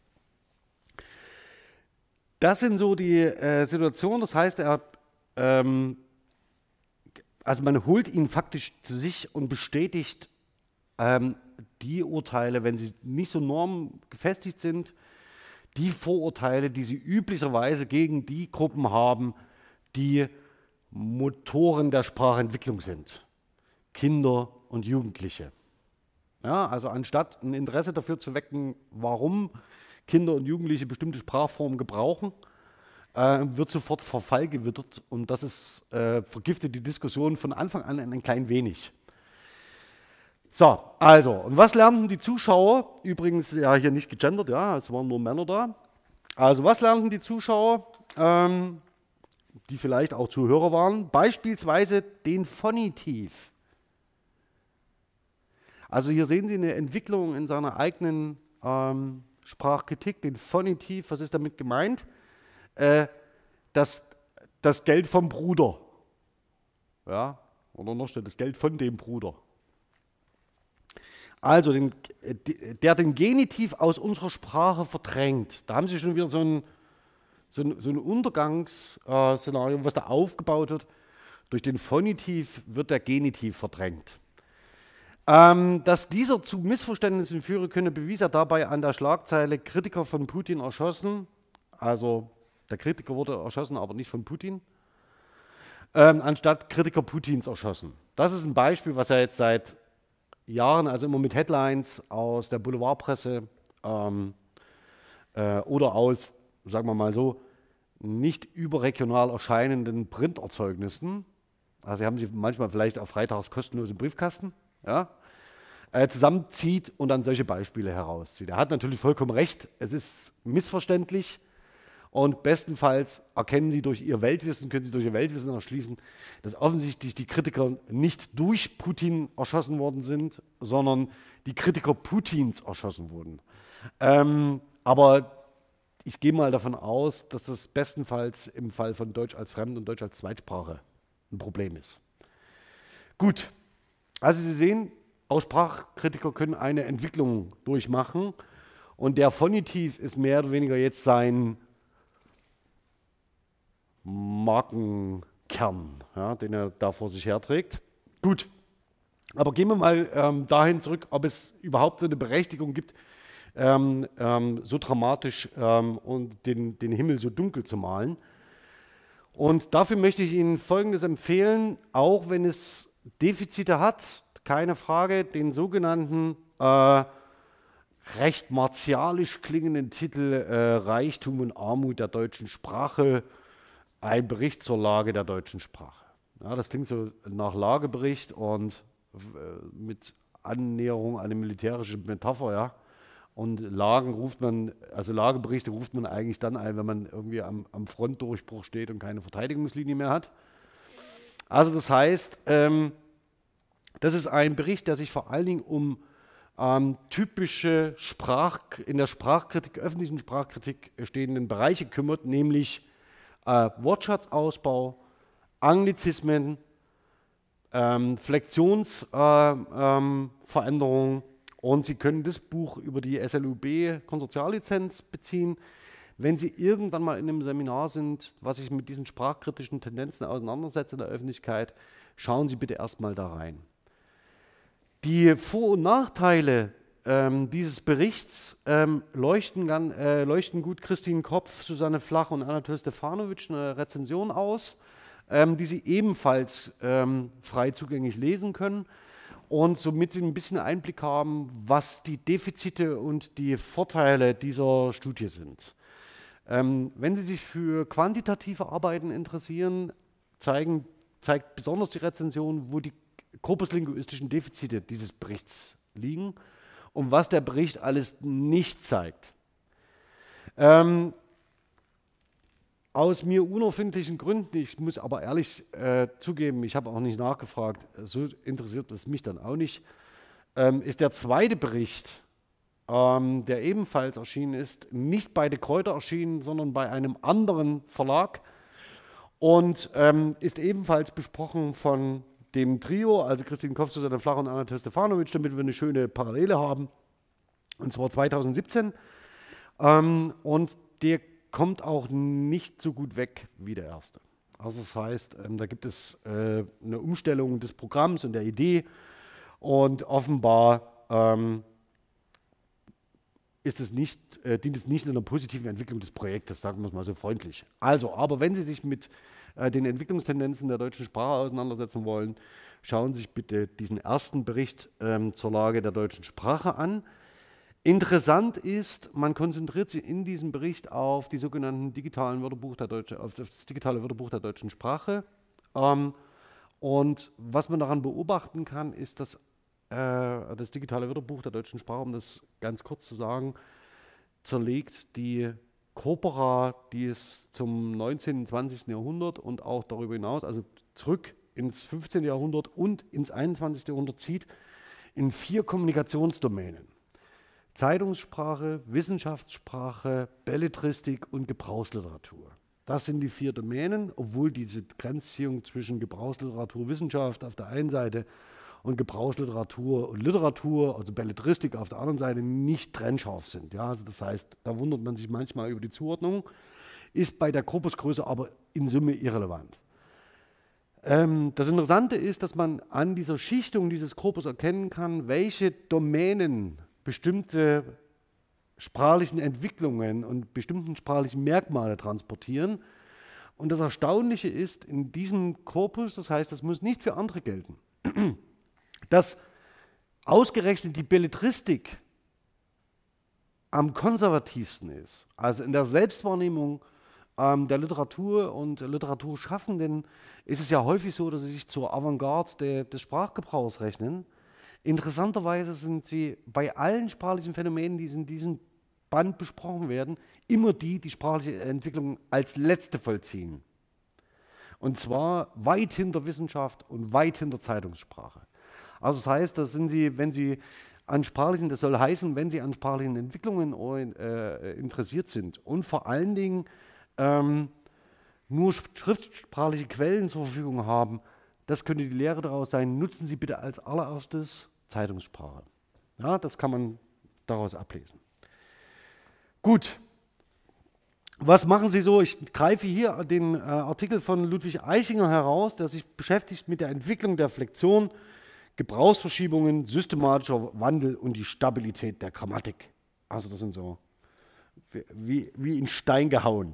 Das sind so die äh, Situationen, das heißt, er, ähm, also man holt ihn faktisch zu sich und bestätigt ähm, die Urteile, wenn sie nicht so normgefestigt sind, die Vorurteile, die sie üblicherweise gegen die Gruppen haben, die Motoren der Sprachentwicklung sind. Kinder und Jugendliche. Ja, also anstatt ein Interesse dafür zu wecken, warum Kinder und Jugendliche bestimmte Sprachformen gebrauchen, äh, wird sofort Verfall gewittert und das ist, äh, vergiftet die Diskussion von Anfang an ein klein wenig. So, also, und was lernten die Zuschauer? Übrigens, ja, hier nicht gegendert, ja, es waren nur Männer da. Also, was lernten die Zuschauer, ähm, die vielleicht auch Zuhörer waren? Beispielsweise den Phonitiv. Also, hier sehen Sie eine Entwicklung in seiner eigenen ähm, Sprachkritik, den Phonitiv. Was ist damit gemeint? Äh, das, das Geld vom Bruder. Ja, oder noch steht das Geld von dem Bruder. Also, den, der den Genitiv aus unserer Sprache verdrängt. Da haben Sie schon wieder so ein, so ein, so ein Untergangsszenario, was da aufgebaut wird. Durch den Phonitiv wird der Genitiv verdrängt. Ähm, dass dieser zu Missverständnissen führen könne, bewies er dabei an der Schlagzeile Kritiker von Putin erschossen. Also der Kritiker wurde erschossen, aber nicht von Putin. Ähm, anstatt Kritiker Putins erschossen. Das ist ein Beispiel, was er jetzt seit Jahren, also immer mit Headlines aus der Boulevardpresse ähm, äh, oder aus, sagen wir mal so, nicht überregional erscheinenden Printerzeugnissen, also haben Sie manchmal vielleicht auch freitags kostenlose Briefkasten, ja, äh, zusammenzieht und dann solche Beispiele herauszieht. Er hat natürlich vollkommen recht, es ist missverständlich. Und bestenfalls erkennen Sie durch Ihr Weltwissen, können Sie durch Ihr Weltwissen erschließen, dass offensichtlich die Kritiker nicht durch Putin erschossen worden sind, sondern die Kritiker Putins erschossen wurden. Ähm, aber ich gehe mal davon aus, dass es bestenfalls im Fall von Deutsch als Fremd- und Deutsch als Zweitsprache ein Problem ist. Gut, also Sie sehen, auch Sprachkritiker können eine Entwicklung durchmachen und der Phonitiv ist mehr oder weniger jetzt sein Markenkern, ja, den er da vor sich herträgt. Gut, aber gehen wir mal ähm, dahin zurück, ob es überhaupt so eine Berechtigung gibt, ähm, ähm, so dramatisch ähm, und den, den Himmel so dunkel zu malen. Und dafür möchte ich Ihnen Folgendes empfehlen, auch wenn es Defizite hat, keine Frage, den sogenannten äh, recht martialisch klingenden Titel äh, Reichtum und Armut der deutschen Sprache. Ein Bericht zur Lage der deutschen Sprache. Ja, das klingt so nach Lagebericht und äh, mit Annäherung an eine militärische Metapher, ja. Und Lagen ruft man, also Lageberichte ruft man eigentlich dann ein, wenn man irgendwie am, am Frontdurchbruch steht und keine Verteidigungslinie mehr hat. Also das heißt, ähm, das ist ein Bericht, der sich vor allen Dingen um ähm, typische Sprach, in der Sprachkritik, öffentlichen Sprachkritik stehenden Bereiche kümmert, nämlich Äh, Wortschatzausbau, Anglizismen, ähm, Flexionsveränderungen äh, ähm, und Sie können das Buch über die S L U B-Konsortiallizenz beziehen. Wenn Sie irgendwann mal in einem Seminar sind, was sich mit diesen sprachkritischen Tendenzen auseinandersetzt in der Öffentlichkeit, schauen Sie bitte erstmal da rein. Die Vor- und Nachteile ähm, dieses Berichts ähm, leuchten, gan, äh, leuchten gut Christine Kopf, Susanne Flach und Anatol Stefanovic eine Rezension aus, ähm, die Sie ebenfalls ähm, frei zugänglich lesen können und somit Sie ein bisschen Einblick haben, was die Defizite und die Vorteile dieser Studie sind. Ähm, wenn Sie sich für quantitative Arbeiten interessieren, zeigen, zeigt besonders die Rezension, wo die korpuslinguistischen Defizite dieses Berichts liegen und was der Bericht alles nicht zeigt. Ähm, aus mir unerfindlichen Gründen, ich muss aber ehrlich äh, zugeben, ich habe auch nicht nachgefragt, so interessiert es mich dann auch nicht, ähm, ist der zweite Bericht, ähm, der ebenfalls erschienen ist, nicht bei De Kräuter erschienen, sondern bei einem anderen Verlag und ähm, ist ebenfalls besprochen von dem Trio, also Christine Kopf, Susanne Flach und Anatol Stefanovic, damit wir eine schöne Parallele haben, und zwar zweitausendsiebzehn. Ähm, und der kommt auch nicht so gut weg wie der erste. Also das heißt, ähm, da gibt es äh, eine Umstellung des Programms und der Idee und offenbar ähm, ist es nicht, äh, dient es nicht einer positiven Entwicklung des Projektes, sagen wir es mal so freundlich. Also, aber wenn Sie sich mit äh, den Entwicklungstendenzen der deutschen Sprache auseinandersetzen wollen, schauen Sie sich bitte diesen ersten Bericht ähm, zur Lage der deutschen Sprache an. Interessant ist, man konzentriert sich in diesem Bericht auf die sogenannten digitalen Wörterbuch der Deutsche, auf das digitale Wörterbuch der deutschen Sprache. Ähm, und was man daran beobachten kann, ist, dass äh, das digitale Wörterbuch der deutschen Sprache, um das ganz kurz zu sagen, zerlegt die Corpora, die es zum neunzehnten, zwanzigsten Jahrhundert und auch darüber hinaus, also zurück ins fünfzehnten. Jahrhundert und ins einundzwanzigsten. Jahrhundert zieht, in vier Kommunikationsdomänen. Zeitungssprache, Wissenschaftssprache, Belletristik und Gebrauchsliteratur. Das sind die vier Domänen, obwohl diese Grenzziehung zwischen Gebrauchsliteratur, Wissenschaft auf der einen Seite und Gebrauchsliteratur und Literatur, also Belletristik auf der anderen Seite, nicht trennscharf sind. Ja, also das heißt, da wundert man sich manchmal über die Zuordnung, ist bei der Korpusgröße aber in Summe irrelevant. Ähm, das Interessante ist, dass man an dieser Schichtung dieses Korpus erkennen kann, welche Domänen bestimmte sprachlichen Entwicklungen und bestimmten sprachlichen Merkmale transportieren. Und das Erstaunliche ist, in diesem Korpus, das heißt, das muss nicht für andere gelten, dass ausgerechnet die Belletristik am konservativsten ist. Also in der Selbstwahrnehmung ähm, der Literatur und Literaturschaffenden ist es ja häufig so, dass sie sich zur Avantgarde der, des Sprachgebrauchs rechnen. Interessanterweise sind sie bei allen sprachlichen Phänomenen, die in diesem Band besprochen werden, immer die, die sprachliche Entwicklung als letzte vollziehen. Und zwar weit hinter Wissenschaft und weit hinter Zeitungssprache. Also das heißt, das sind sie, wenn sie an sprachlichen, das soll heißen, wenn sie an sprachlichen Entwicklungen äh, interessiert sind und vor allen Dingen ähm, nur schriftsprachliche Quellen zur Verfügung haben, das könnte die Lehre daraus sein, nutzen Sie bitte als allererstes Zeitungssprache. Ja, das kann man daraus ablesen. Gut, was machen Sie so? Ich greife hier den äh, Artikel von Ludwig Eichinger heraus, der sich beschäftigt mit der Entwicklung der Flexion, Gebrauchsverschiebungen, systematischer Wandel und die Stabilität der Grammatik. Also das sind so wie, wie in Stein gehauen.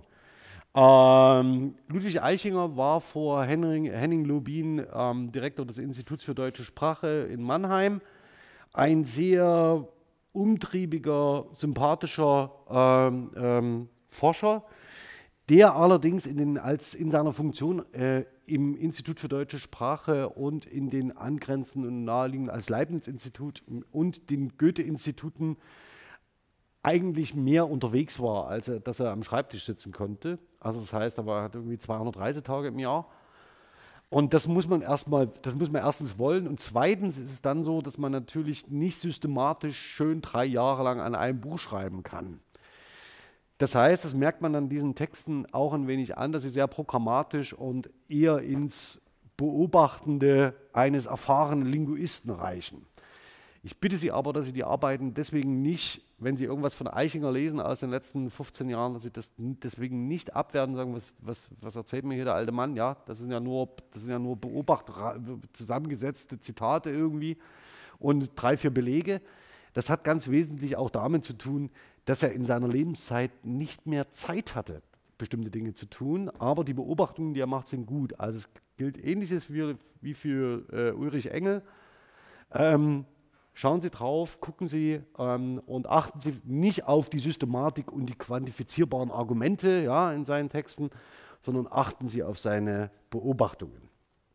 Ähm, Ludwig Eichinger war vor Henning, Henning Lubin ähm, Direktor des Instituts für Deutsche Sprache in Mannheim. Ein sehr umtriebiger, sympathischer ähm, ähm, Forscher, der allerdings in, den, als in seiner Funktion äh, im Institut für Deutsche Sprache und in den angrenzenden und naheliegenden als Leibniz-Institut und den Goethe-Instituten eigentlich mehr unterwegs war, als er, dass er am Schreibtisch sitzen konnte. Also das heißt, er war, hat irgendwie zweihundert Reisetage im Jahr. Und das muss man erstmal, das muss man erstens wollen. Und zweitens ist es dann so, dass man natürlich nicht systematisch schön drei Jahre lang an einem Buch schreiben kann. Das heißt, das merkt man an diesen Texten auch ein wenig an, dass sie sehr programmatisch und eher ins Beobachtende eines erfahrenen Linguisten reichen. Ich bitte Sie aber, dass Sie die Arbeiten deswegen nicht, wenn Sie irgendwas von Eichinger lesen aus den letzten fünfzehn Jahren, dass Sie das deswegen nicht abwerten und sagen, was, was, was erzählt mir hier der alte Mann? Ja, das sind ja nur, das sind ja nur Beobachter, zusammengesetzte Zitate irgendwie und drei, vier Belege. Das hat ganz wesentlich auch damit zu tun, dass er in seiner Lebenszeit nicht mehr Zeit hatte, bestimmte Dinge zu tun, aber die Beobachtungen, die er macht, sind gut. Also es gilt Ähnliches wie, wie für äh, Ulrich Engel. Ähm, Schauen Sie drauf, gucken Sie ähm, und achten Sie nicht auf die Systematik und die quantifizierbaren Argumente, ja, in seinen Texten, sondern achten Sie auf seine Beobachtungen.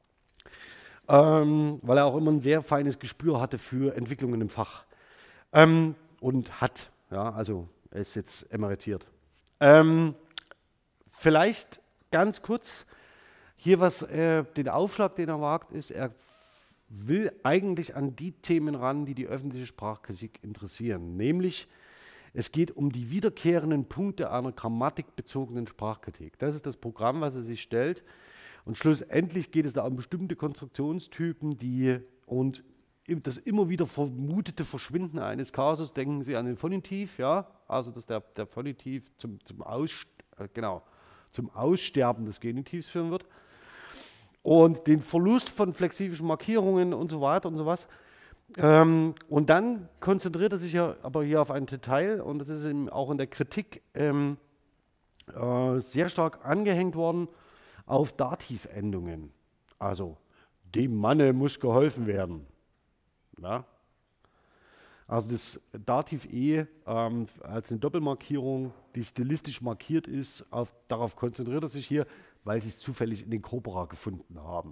Ähm, weil er auch immer ein sehr feines Gespür hatte für Entwicklungen im Fach. Ähm, und hat, ja, also er ist jetzt emeritiert. Ähm, vielleicht ganz kurz hier, was äh, den Aufschlag, den er wagt, ist, er will eigentlich an die Themen ran, die die öffentliche Sprachkritik interessieren. Nämlich, es geht um die wiederkehrenden Punkte einer grammatikbezogenen Sprachkritik. Das ist das Programm, was er sich stellt. Und schlussendlich geht es da um bestimmte Konstruktionstypen, die und das immer wieder vermutete Verschwinden eines Kasus. Denken Sie an den Phonitiv, ja, also dass der, der Phonitiv zum, zum, Aus, äh, genau, zum Aussterben des Genitivs führen wird. Und den Verlust von flexibischen Markierungen und so weiter und so was. Ähm, und dann konzentriert er sich ja aber hier auf ein Detail, und das ist ihm auch in der Kritik ähm, äh, sehr stark angehängt worden, auf Dativendungen. Also, dem Manne muss geholfen werden. Ja? Also das Dativ E ähm, als eine Doppelmarkierung, die stilistisch markiert ist, auf, darauf konzentriert er sich hier, weil sie es zufällig in den Corpora gefunden haben.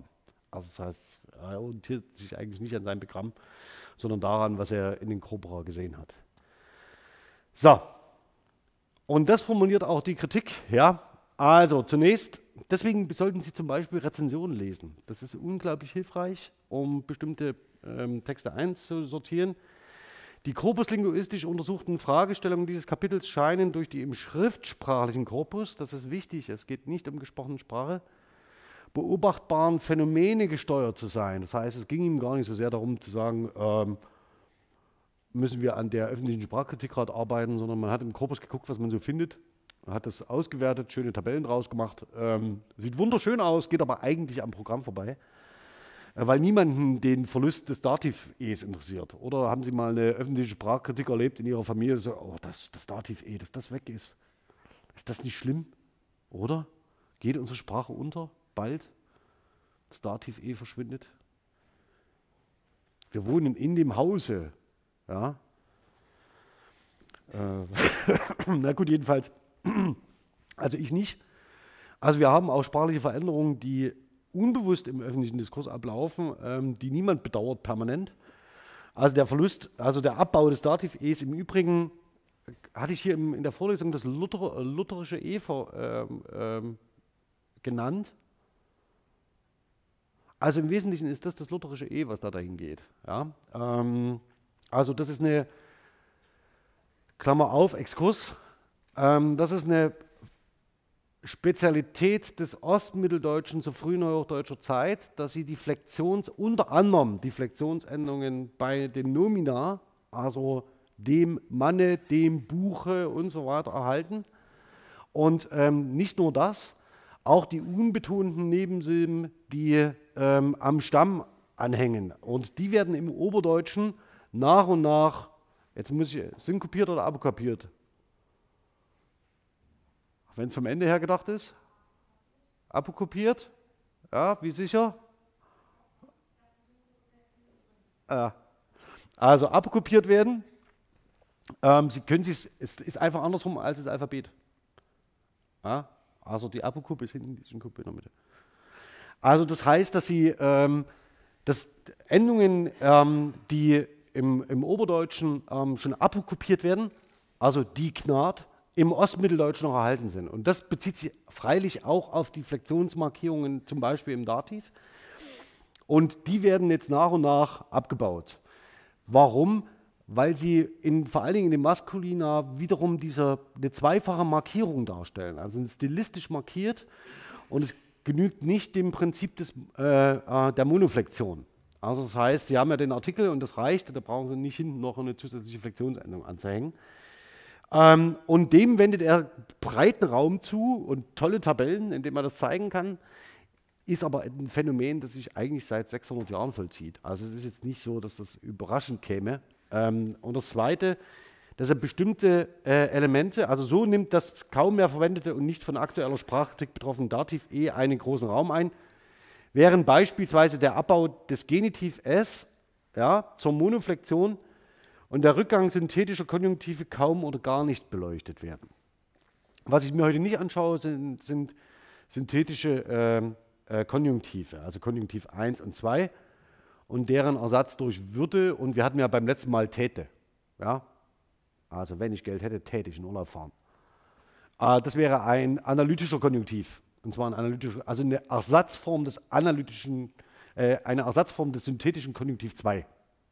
Also das heißt, er orientiert sich eigentlich nicht an seinem Begramm, sondern daran, was er in den Corpora gesehen hat. So, und das formuliert auch die Kritik, ja. Also zunächst, deswegen sollten Sie zum Beispiel Rezensionen lesen. Das ist unglaublich hilfreich, um bestimmte ähm, Texte einzusortieren. Die korpuslinguistisch untersuchten Fragestellungen dieses Kapitels scheinen durch die im schriftsprachlichen Korpus, das ist wichtig, es geht nicht um gesprochene Sprache, beobachtbaren Phänomene gesteuert zu sein. Das heißt, es ging ihm gar nicht so sehr darum zu sagen, ähm, müssen wir an der öffentlichen Sprachkritik gerade arbeiten, sondern man hat im Korpus geguckt, was man so findet, hat das ausgewertet, schöne Tabellen draus gemacht, ähm, sieht wunderschön aus, geht aber eigentlich am Programm vorbei, äh, weil niemanden den Verlust des Dativ-Es interessiert. Oder haben Sie mal eine öffentliche Sprachkritik erlebt in Ihrer Familie, so, oh, das, das Dativ-E, dass das weg ist. Ist das nicht schlimm? Oder? Geht unsere Sprache unter? Bald? Das Dativ-E verschwindet? Wir wohnen in dem Hause. Ja. Äh, na gut, jedenfalls. Also ich nicht. Also wir haben auch sprachliche Veränderungen, die unbewusst im öffentlichen Diskurs ablaufen, ähm, die niemand bedauert permanent. Also der Verlust, also der Abbau des Dativ-Es im Übrigen, hatte ich hier im, in der Vorlesung das Luther, lutherische E ver, ähm, ähm, genannt. Also im Wesentlichen ist das das lutherische E, was da dahin geht. Ja? Ähm, also das ist eine, Klammer auf, Exkurs, ähm, das ist eine Spezialität des Ostmitteldeutschen zu frühneuhochdeutscher Zeit, dass sie die Flektions, unter anderem die Flexionsendungen bei den Nomina, also dem Manne, dem Buche und so weiter erhalten. Und ähm, nicht nur das, auch die unbetonten Nebensilben, die ähm, am Stamm anhängen. Und die werden im Oberdeutschen nach und nach, jetzt muss ich, synkopiert oder apokapiert? Wenn es vom Ende her gedacht ist? Apokopiert? Ja, wie sicher? Äh, also apokopiert werden. Ähm, Sie können sich, es ist einfach andersrum als das Alphabet. Ja, also die Apokop ist hinten, die Synkope in der Mitte. Also das heißt, dass Sie ähm, dass Endungen, ähm, die im, im Oberdeutschen ähm, schon apokopiert werden, also die Gnad, im Ostmitteldeutschen noch erhalten sind. Und das bezieht sich freilich auch auf die Flexionsmarkierungen, zum Beispiel im Dativ. Und die werden jetzt nach und nach abgebaut. Warum? Weil sie in, vor allen Dingen in dem Maskulina wiederum diese, eine zweifache Markierung darstellen. Also sind stilistisch markiert und es genügt nicht dem Prinzip des, äh, der Monoflexion. Also das heißt, Sie haben ja den Artikel und das reicht, da brauchen Sie nicht hinten noch eine zusätzliche Flexionsendung anzuhängen. Ähm, und dem wendet er breiten Raum zu und tolle Tabellen, in denen man das zeigen kann, ist aber ein Phänomen, das sich eigentlich seit sechshundert Jahren vollzieht. Also es ist jetzt nicht so, dass das überraschend käme. Ähm, und das Zweite, dass er bestimmte äh, Elemente, also so nimmt das kaum mehr verwendete und nicht von aktueller Sprachkritik betroffene Dativ eh einen großen Raum ein, während beispielsweise der Abbau des Genitiv S, ja, zur Monoflexion und der Rückgang synthetischer Konjunktive kaum oder gar nicht beleuchtet werden. Was ich mir heute nicht anschaue, sind, sind synthetische äh, äh, Konjunktive, also Konjunktiv eins und zwei und deren Ersatz durch würde, und wir hatten ja beim letzten Mal Täte. Ja? Also wenn ich Geld hätte, täte ich in Urlaub fahren. Äh, das wäre ein analytischer Konjunktiv, und zwar ein analytischer, also eine Ersatzform des analytischen, äh, eine Ersatzform des synthetischen Konjunktiv zwei.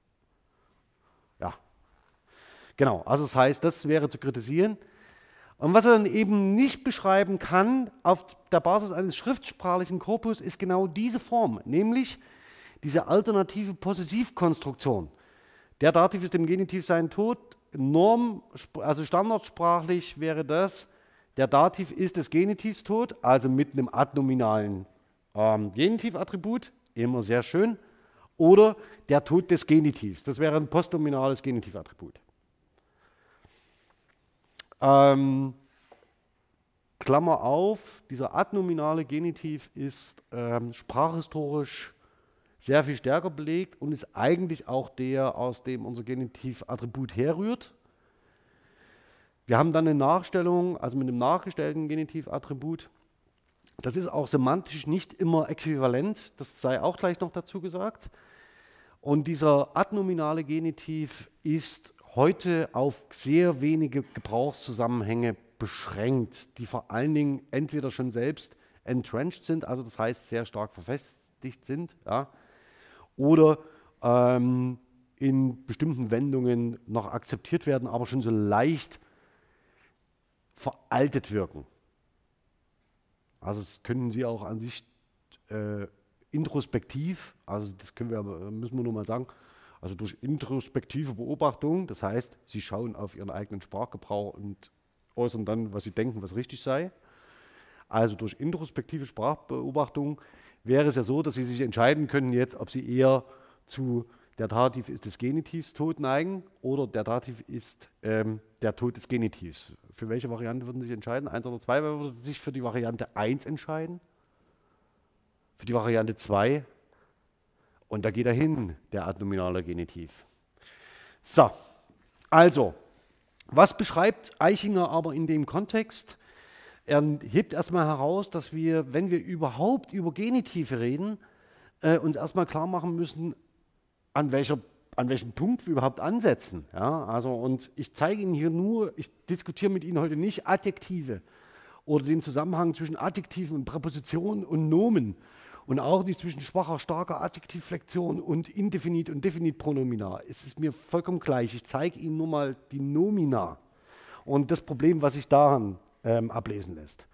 Ja, genau, also das heißt, das wäre zu kritisieren. Und was er dann eben nicht beschreiben kann auf der Basis eines schriftsprachlichen Korpus, ist genau diese Form, nämlich diese alternative Possessivkonstruktion. Der Dativ ist dem Genitiv sein Tod. Norm, also standardsprachlich wäre das, der Dativ ist des Genitivs tot, also mit einem adnominalen ähm, Genitivattribut, immer sehr schön, oder der Tod des Genitivs, das wäre ein postnominales Genitivattribut. Ähm, Klammer auf, dieser adnominale Genitiv ist ähm, sprachhistorisch sehr viel stärker belegt und ist eigentlich auch der, aus dem unser Genitivattribut herrührt. Wir haben dann eine Nachstellung, also mit einem nachgestellten Genitivattribut, Das ist auch semantisch nicht immer äquivalent, das sei auch gleich noch dazu gesagt. Und dieser adnominale Genitiv ist heute auf sehr wenige Gebrauchszusammenhänge beschränkt, die vor allen Dingen entweder schon selbst entrenched sind, also das heißt sehr stark verfestigt sind, ja, oder ähm, in bestimmten Wendungen noch akzeptiert werden, aber schon so leicht veraltet wirken. Also das können Sie auch an sich äh, introspektiv, also das können wir, müssen wir nur mal sagen, also durch introspektive Beobachtung, das heißt, Sie schauen auf Ihren eigenen Sprachgebrauch und äußern dann, was Sie denken, was richtig sei. Also durch introspektive Sprachbeobachtung wäre es ja so, dass Sie sich entscheiden können jetzt, ob Sie eher zu der Dativ ist des Genitivs Tod neigen oder der Dativ ist ähm, der Tod des Genitivs. Für welche Variante würden Sie sich entscheiden? Eins oder zwei? Wer würde sich für die Variante eins entscheiden? Für die Variante zwei? Und da geht er hin, der adnominale Genitiv. So, also, was beschreibt Eichinger aber in dem Kontext? Er hebt erstmal heraus, dass wir, wenn wir überhaupt über Genitive reden, äh, uns erstmal klar machen müssen, an, welcher, an welchem Punkt wir überhaupt ansetzen. Ja, also, und ich zeige Ihnen hier nur, ich diskutiere mit Ihnen heute nicht Adjektive oder den Zusammenhang zwischen Adjektiven und Präpositionen und Nomen und auch nicht zwischen schwacher, starker Adjektivflexion und Indefinit und Definitpronomina. Es ist mir vollkommen gleich. Ich zeige Ihnen nur mal die Nomina und das Problem, was sich daran ähm, ablesen lässt.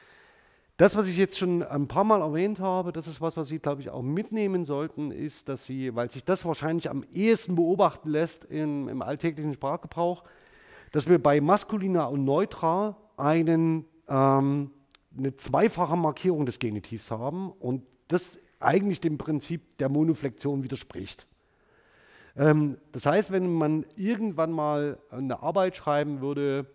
Das, was ich jetzt schon ein paar Mal erwähnt habe, das ist was, was Sie, glaube ich, auch mitnehmen sollten, ist, dass Sie, weil sich das wahrscheinlich am ehesten beobachten lässt im, im alltäglichen Sprachgebrauch, dass wir bei Maskulina und Neutra einen, ähm, eine zweifache Markierung des Genitivs haben und das eigentlich dem Prinzip der Monoflexion widerspricht. Ähm, das heißt, wenn man irgendwann mal eine Arbeit schreiben würde,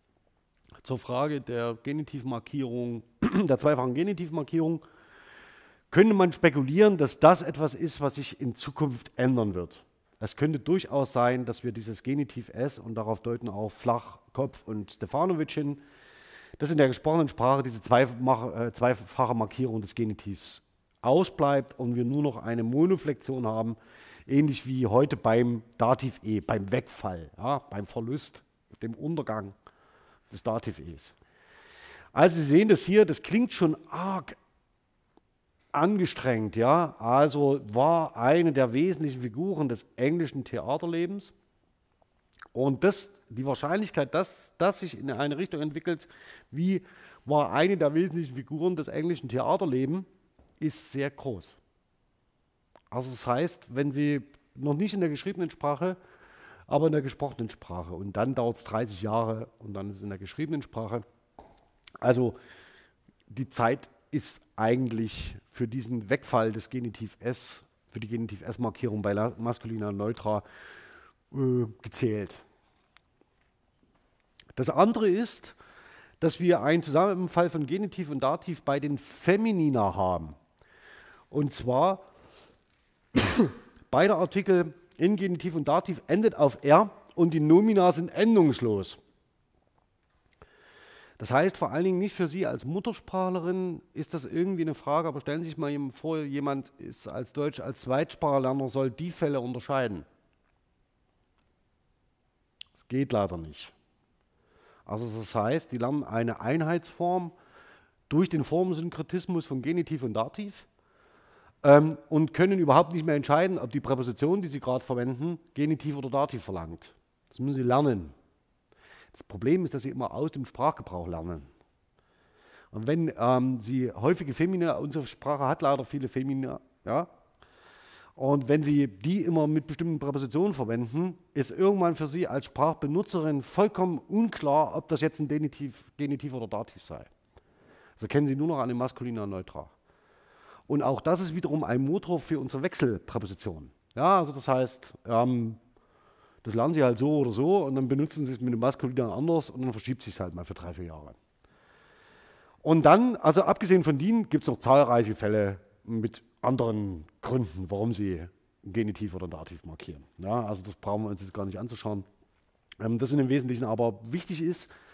zur Frage der Genitivmarkierung, der zweifachen Genitivmarkierung, könnte man spekulieren, dass das etwas ist, was sich in Zukunft ändern wird. Es könnte durchaus sein, dass wir dieses Genitiv S, und darauf deuten auch Flach, Kopf und Stefanovic hin, dass in der gesprochenen Sprache diese zweifache Markierung des Genitivs ausbleibt und wir nur noch eine Monoflexion haben, ähnlich wie heute beim Dativ E, beim Wegfall, ja, beim Verlust, dem Untergang des Dativ Es. Also Sie sehen das hier, das klingt schon arg angestrengt, ja. Also war eine der wesentlichen Figuren des englischen Theaterlebens. Und das, die Wahrscheinlichkeit, dass das sich in eine Richtung entwickelt, wie war eine der wesentlichen Figuren des englischen Theaterlebens, ist sehr groß. Also das heißt, wenn Sie noch nicht in der geschriebenen Sprache, aber in der gesprochenen Sprache. Und dann dauert es dreißig Jahre und dann ist es in der geschriebenen Sprache. Also die Zeit ist eigentlich für diesen Wegfall des Genitiv S, für die Genitiv S-Markierung bei Maskulina Neutra äh, gezählt. Das andere ist, dass wir einen Zusammenfall von Genitiv und Dativ bei den Feminina haben. Und zwar beide Artikel in Genitiv und Dativ endet auf R und die Nomina sind endungslos. Das heißt vor allen Dingen nicht für Sie als Muttersprachlerin ist das irgendwie eine Frage, aber stellen Sie sich mal vor, jemand ist als Deutsch, als Zweitsprachlerner, soll die Fälle unterscheiden. Das geht leider nicht. Also das heißt, die lernen eine Einheitsform durch den Formensynkretismus von Genitiv und Dativ ähm, und können überhaupt nicht mehr entscheiden, ob die Präposition, die sie gerade verwenden, Genitiv oder Dativ verlangt. Das müssen sie lernen. Das Problem ist, dass sie immer aus dem Sprachgebrauch lernen. Und wenn ähm, sie häufige Femina, unsere Sprache hat leider viele Femina, ja, und wenn Sie die immer mit bestimmten Präpositionen verwenden, ist irgendwann für Sie als Sprachbenutzerin vollkommen unklar, ob das jetzt ein Genitiv, Genitiv oder Dativ sei. Also kennen Sie nur noch eine Maskulina Neutra. Und auch das ist wiederum ein Motor für unsere Wechselpräpositionen. Ja, also das heißt, ähm, das lernen Sie halt so oder so und dann benutzen Sie es mit dem Maskulina anders und dann verschiebt sich es halt mal für drei, vier Jahre. Und dann, also abgesehen von denen, gibt es noch zahlreiche Fälle mit anderen Gründen, warum Sie Genitiv oder Dativ markieren. Ja, also das brauchen wir uns jetzt gar nicht anzuschauen. Ähm, das in im Wesentlichen aber wichtig ist,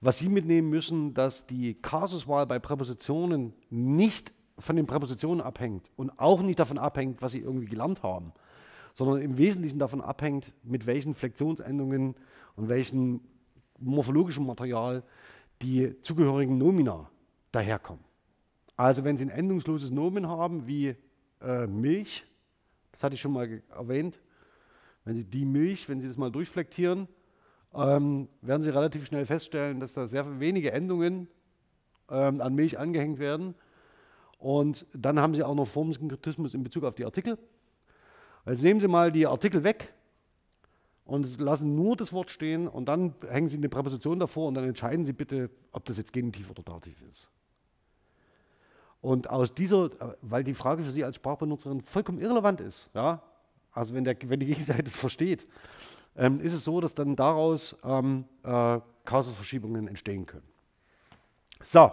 was Sie mitnehmen müssen, dass die Kasuswahl bei Präpositionen nicht von den Präpositionen abhängt und auch nicht davon abhängt, was Sie irgendwie gelernt haben, sondern im Wesentlichen davon abhängt, mit welchen Flexionsendungen und welchem morphologischen Material die zugehörigen Nomina daherkommen. Also wenn Sie ein endungsloses Nomen haben, wie äh, Milch, das hatte ich schon mal erwähnt, wenn Sie die Milch, wenn Sie das mal durchflektieren, ähm, werden Sie relativ schnell feststellen, dass da sehr wenige Endungen ähm, an Milch angehängt werden. Und dann haben Sie auch noch Formensynkretismus in Bezug auf die Artikel. Jetzt nehmen Sie mal die Artikel weg und lassen nur das Wort stehen und dann hängen Sie eine Präposition davor und dann entscheiden Sie bitte, ob das jetzt Genitiv oder Dativ ist. Und aus dieser, weil die Frage für Sie als Sprachbenutzerin vollkommen irrelevant ist, ja, also wenn, der, wenn die Gegenseite es versteht, ähm, ist es so, dass dann daraus ähm, äh, Kasusverschiebungen entstehen können. So.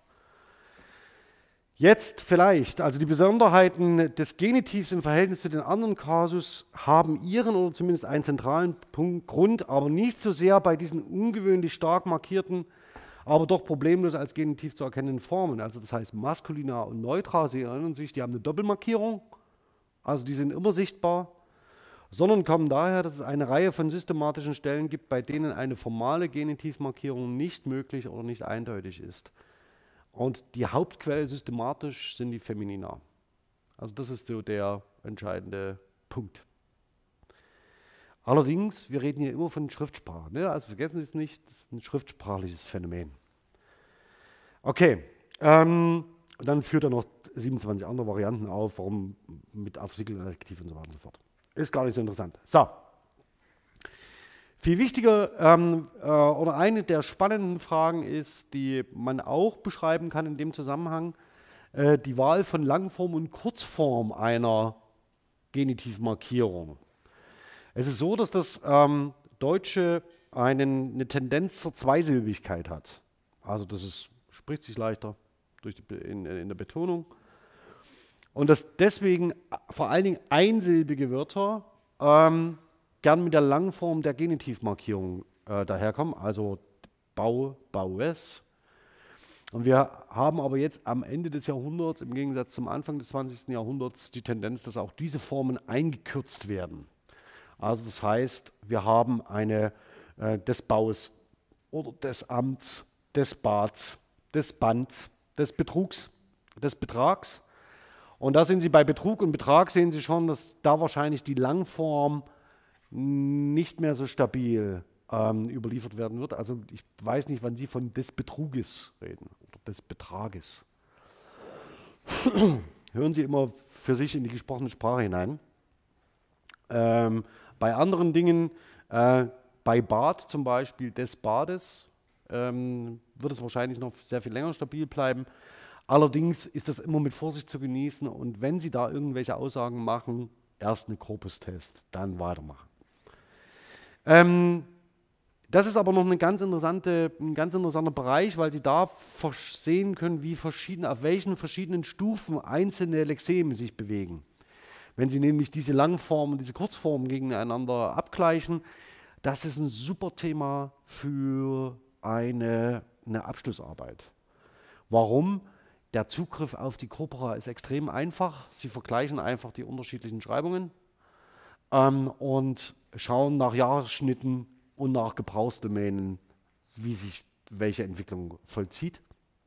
Jetzt vielleicht, also die Besonderheiten des Genitivs im Verhältnis zu den anderen Kasus haben ihren oder zumindest einen zentralen Punkt, Grund, aber nicht so sehr bei diesen ungewöhnlich stark markierten, aber doch problemlos als Genitiv zu erkennenden Formen. Also das heißt Maskulinar und Neutral, Sie erinnern sich, die haben eine Doppelmarkierung, also die sind immer sichtbar, sondern kommen daher, dass es eine Reihe von systematischen Stellen gibt, bei denen eine formale Genitivmarkierung nicht möglich oder nicht eindeutig ist. Und die Hauptquelle systematisch sind die Feminina. Also das ist so der entscheidende Punkt. Allerdings, wir reden hier immer von Schriftsprache, ne? Also vergessen Sie es nicht, das ist ein schriftsprachliches Phänomen. Okay, ähm, dann führt er noch siebenundzwanzig andere Varianten auf, warum mit Artikel und Adjektiv und so weiter und so fort. Ist gar nicht so interessant. So. Viel wichtiger ähm, äh, oder eine der spannenden Fragen ist, die man auch beschreiben kann in dem Zusammenhang, äh, die Wahl von Langform und Kurzform einer Genitivmarkierung. Es ist so, dass das ähm, Deutsche einen, eine Tendenz zur Zweisilbigkeit hat. Also das ist, spricht sich leichter durch die, in, in der Betonung. Und dass deswegen vor allen Dingen einsilbige Wörter ähm, gern mit der Langform der Genitivmarkierung äh, daherkommen, also Bau, Baues. Und wir haben aber jetzt am Ende des Jahrhunderts, im Gegensatz zum Anfang des zwanzigsten Jahrhunderts, die Tendenz, dass auch diese Formen eingekürzt werden. Also das heißt, wir haben eine äh, des Baus oder des Amts, des Bads, des Bands, des Betrugs, des Betrags. Und da sind Sie bei Betrug und Betrag, sehen Sie schon, dass da wahrscheinlich die Langform nicht mehr so stabil ähm, überliefert werden wird. Also ich weiß nicht, wann Sie von des Betruges reden oder des Betrages. Hören Sie immer für sich in die gesprochene Sprache hinein. Ähm, bei anderen Dingen, äh, bei Bad zum Beispiel des Bades, ähm, wird es wahrscheinlich noch sehr viel länger stabil bleiben. Allerdings ist das immer mit Vorsicht zu genießen und wenn Sie da irgendwelche Aussagen machen, erst einen Korpustest, dann weitermachen. Ähm, das ist aber noch eine ganz interessante, ein ganz interessanter Bereich, weil Sie da sehen können, wie verschiedene, auf welchen verschiedenen Stufen einzelne Lexeme sich bewegen. Wenn Sie nämlich diese Langformen und diese Kurzformen gegeneinander abgleichen, das ist ein super Thema für eine, eine Abschlussarbeit. Warum? Der Zugriff auf die Corpora ist extrem einfach. Sie vergleichen einfach die unterschiedlichen Schreibungen ähm, und schauen nach Jahresschnitten und nach Gebrauchsdomänen, wie sich welche Entwicklung vollzieht.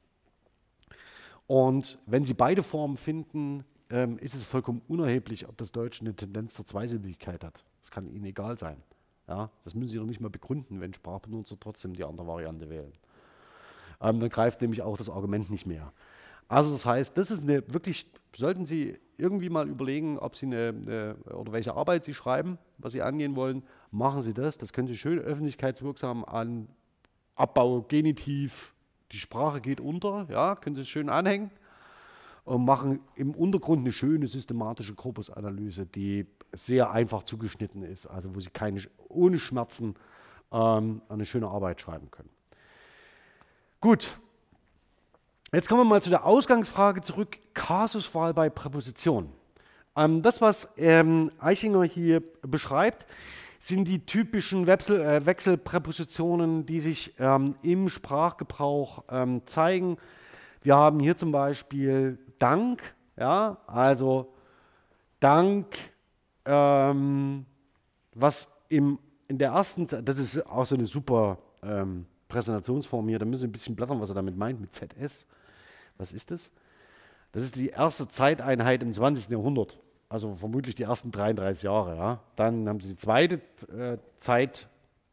Und wenn Sie beide Formen finden, ähm, ist es vollkommen unerheblich, ob das Deutsche eine Tendenz zur Zweisilbigkeit hat. Das kann Ihnen egal sein. Ja, das müssen Sie doch nicht mal begründen, wenn Sprachbenutzer trotzdem die andere Variante wählen. Ähm, dann greift nämlich auch das Argument nicht mehr. Also das heißt, das ist eine wirklich, sollten Sie irgendwie mal überlegen, ob Sie eine, eine oder welche Arbeit Sie schreiben, was Sie angehen wollen, machen Sie das. Das können Sie schön öffentlichkeitswirksam an Abbau, Genitiv, die Sprache geht unter, ja, können Sie es schön anhängen und machen im Untergrund eine schöne systematische Korpusanalyse, die sehr einfach zugeschnitten ist, also wo Sie keine, ohne Schmerzen ähm, eine schöne Arbeit schreiben können. Gut. Jetzt kommen wir mal zu der Ausgangsfrage zurück, Kasuswahl bei Präpositionen. Ähm, das, was ähm, Eichinger hier beschreibt, sind die typischen Wechsel, äh, Wechselpräpositionen, die sich ähm, im Sprachgebrauch ähm, zeigen. Wir haben hier zum Beispiel Dank, ja, also Dank, ähm, was im, in der ersten Zeit, das ist auch so eine super ähm, Präsentationsform hier, da müssen Sie ein bisschen blättern, was er damit meint, mit Z S. Was ist das? Das ist die erste Zeiteinheit im zwanzigsten Jahrhundert, also vermutlich die ersten dreiunddreißig Jahre. Ja. Dann haben Sie die zweite äh, Zeit,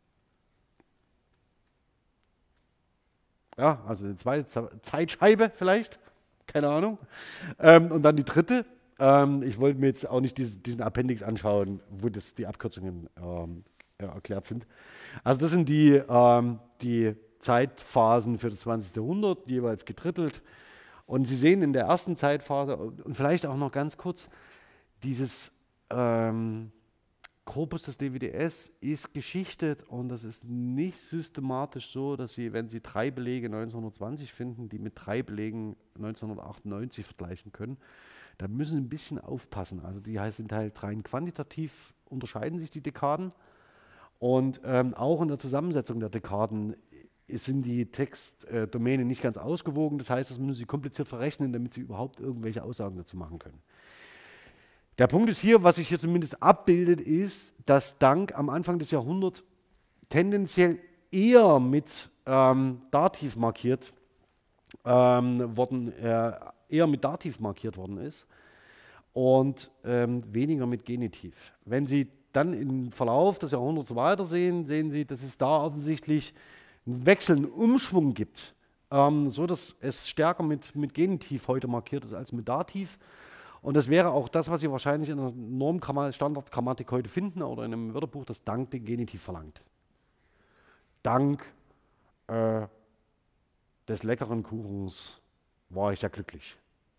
ja, also eine zweite Ze- Zeitscheibe vielleicht, keine Ahnung. Ähm, und dann die dritte. Ähm, ich wollte mir jetzt auch nicht diesen, diesen Appendix anschauen, wo das, die Abkürzungen ähm, ja, erklärt sind. Also das sind die, ähm, die Zeitphasen für das zwanzigste Jahrhundert, jeweils gedrittelt. Und Sie sehen in der ersten Zeitphase und vielleicht auch noch ganz kurz, dieses ähm, Korpus des D W D S ist geschichtet und das ist nicht systematisch so, dass Sie, wenn Sie drei Belege neunzehnhundertzwanzig finden, die mit drei Belegen neunzehnhundertachtundneunzig vergleichen können. Da müssen Sie ein bisschen aufpassen. Also die sind halt rein quantitativ, unterscheiden sich die Dekaden und ähm, auch in der Zusammensetzung der Dekaden sind die Textdomänen nicht ganz ausgewogen. Das heißt, das müssen Sie kompliziert verrechnen, damit Sie überhaupt irgendwelche Aussagen dazu machen können. Der Punkt ist hier, was sich hier zumindest abbildet, ist, dass Dank am Anfang des Jahrhunderts tendenziell eher mit ähm, Dativ markiert ähm, worden, äh, eher mit Dativ markiert worden ist und ähm, weniger mit Genitiv. Wenn Sie dann im Verlauf des Jahrhunderts weitersehen, sehen Sie, dass es da offensichtlich einen Wechsel, einen Umschwung gibt, ähm, so dass es stärker mit, mit Genitiv heute markiert ist als mit Dativ. Und das wäre auch das, was Sie wahrscheinlich in der Normstandardgrammatik heute finden oder in einem Wörterbuch, das Dank den Genitiv verlangt. Dank äh, des leckeren Kuchens war ich sehr glücklich.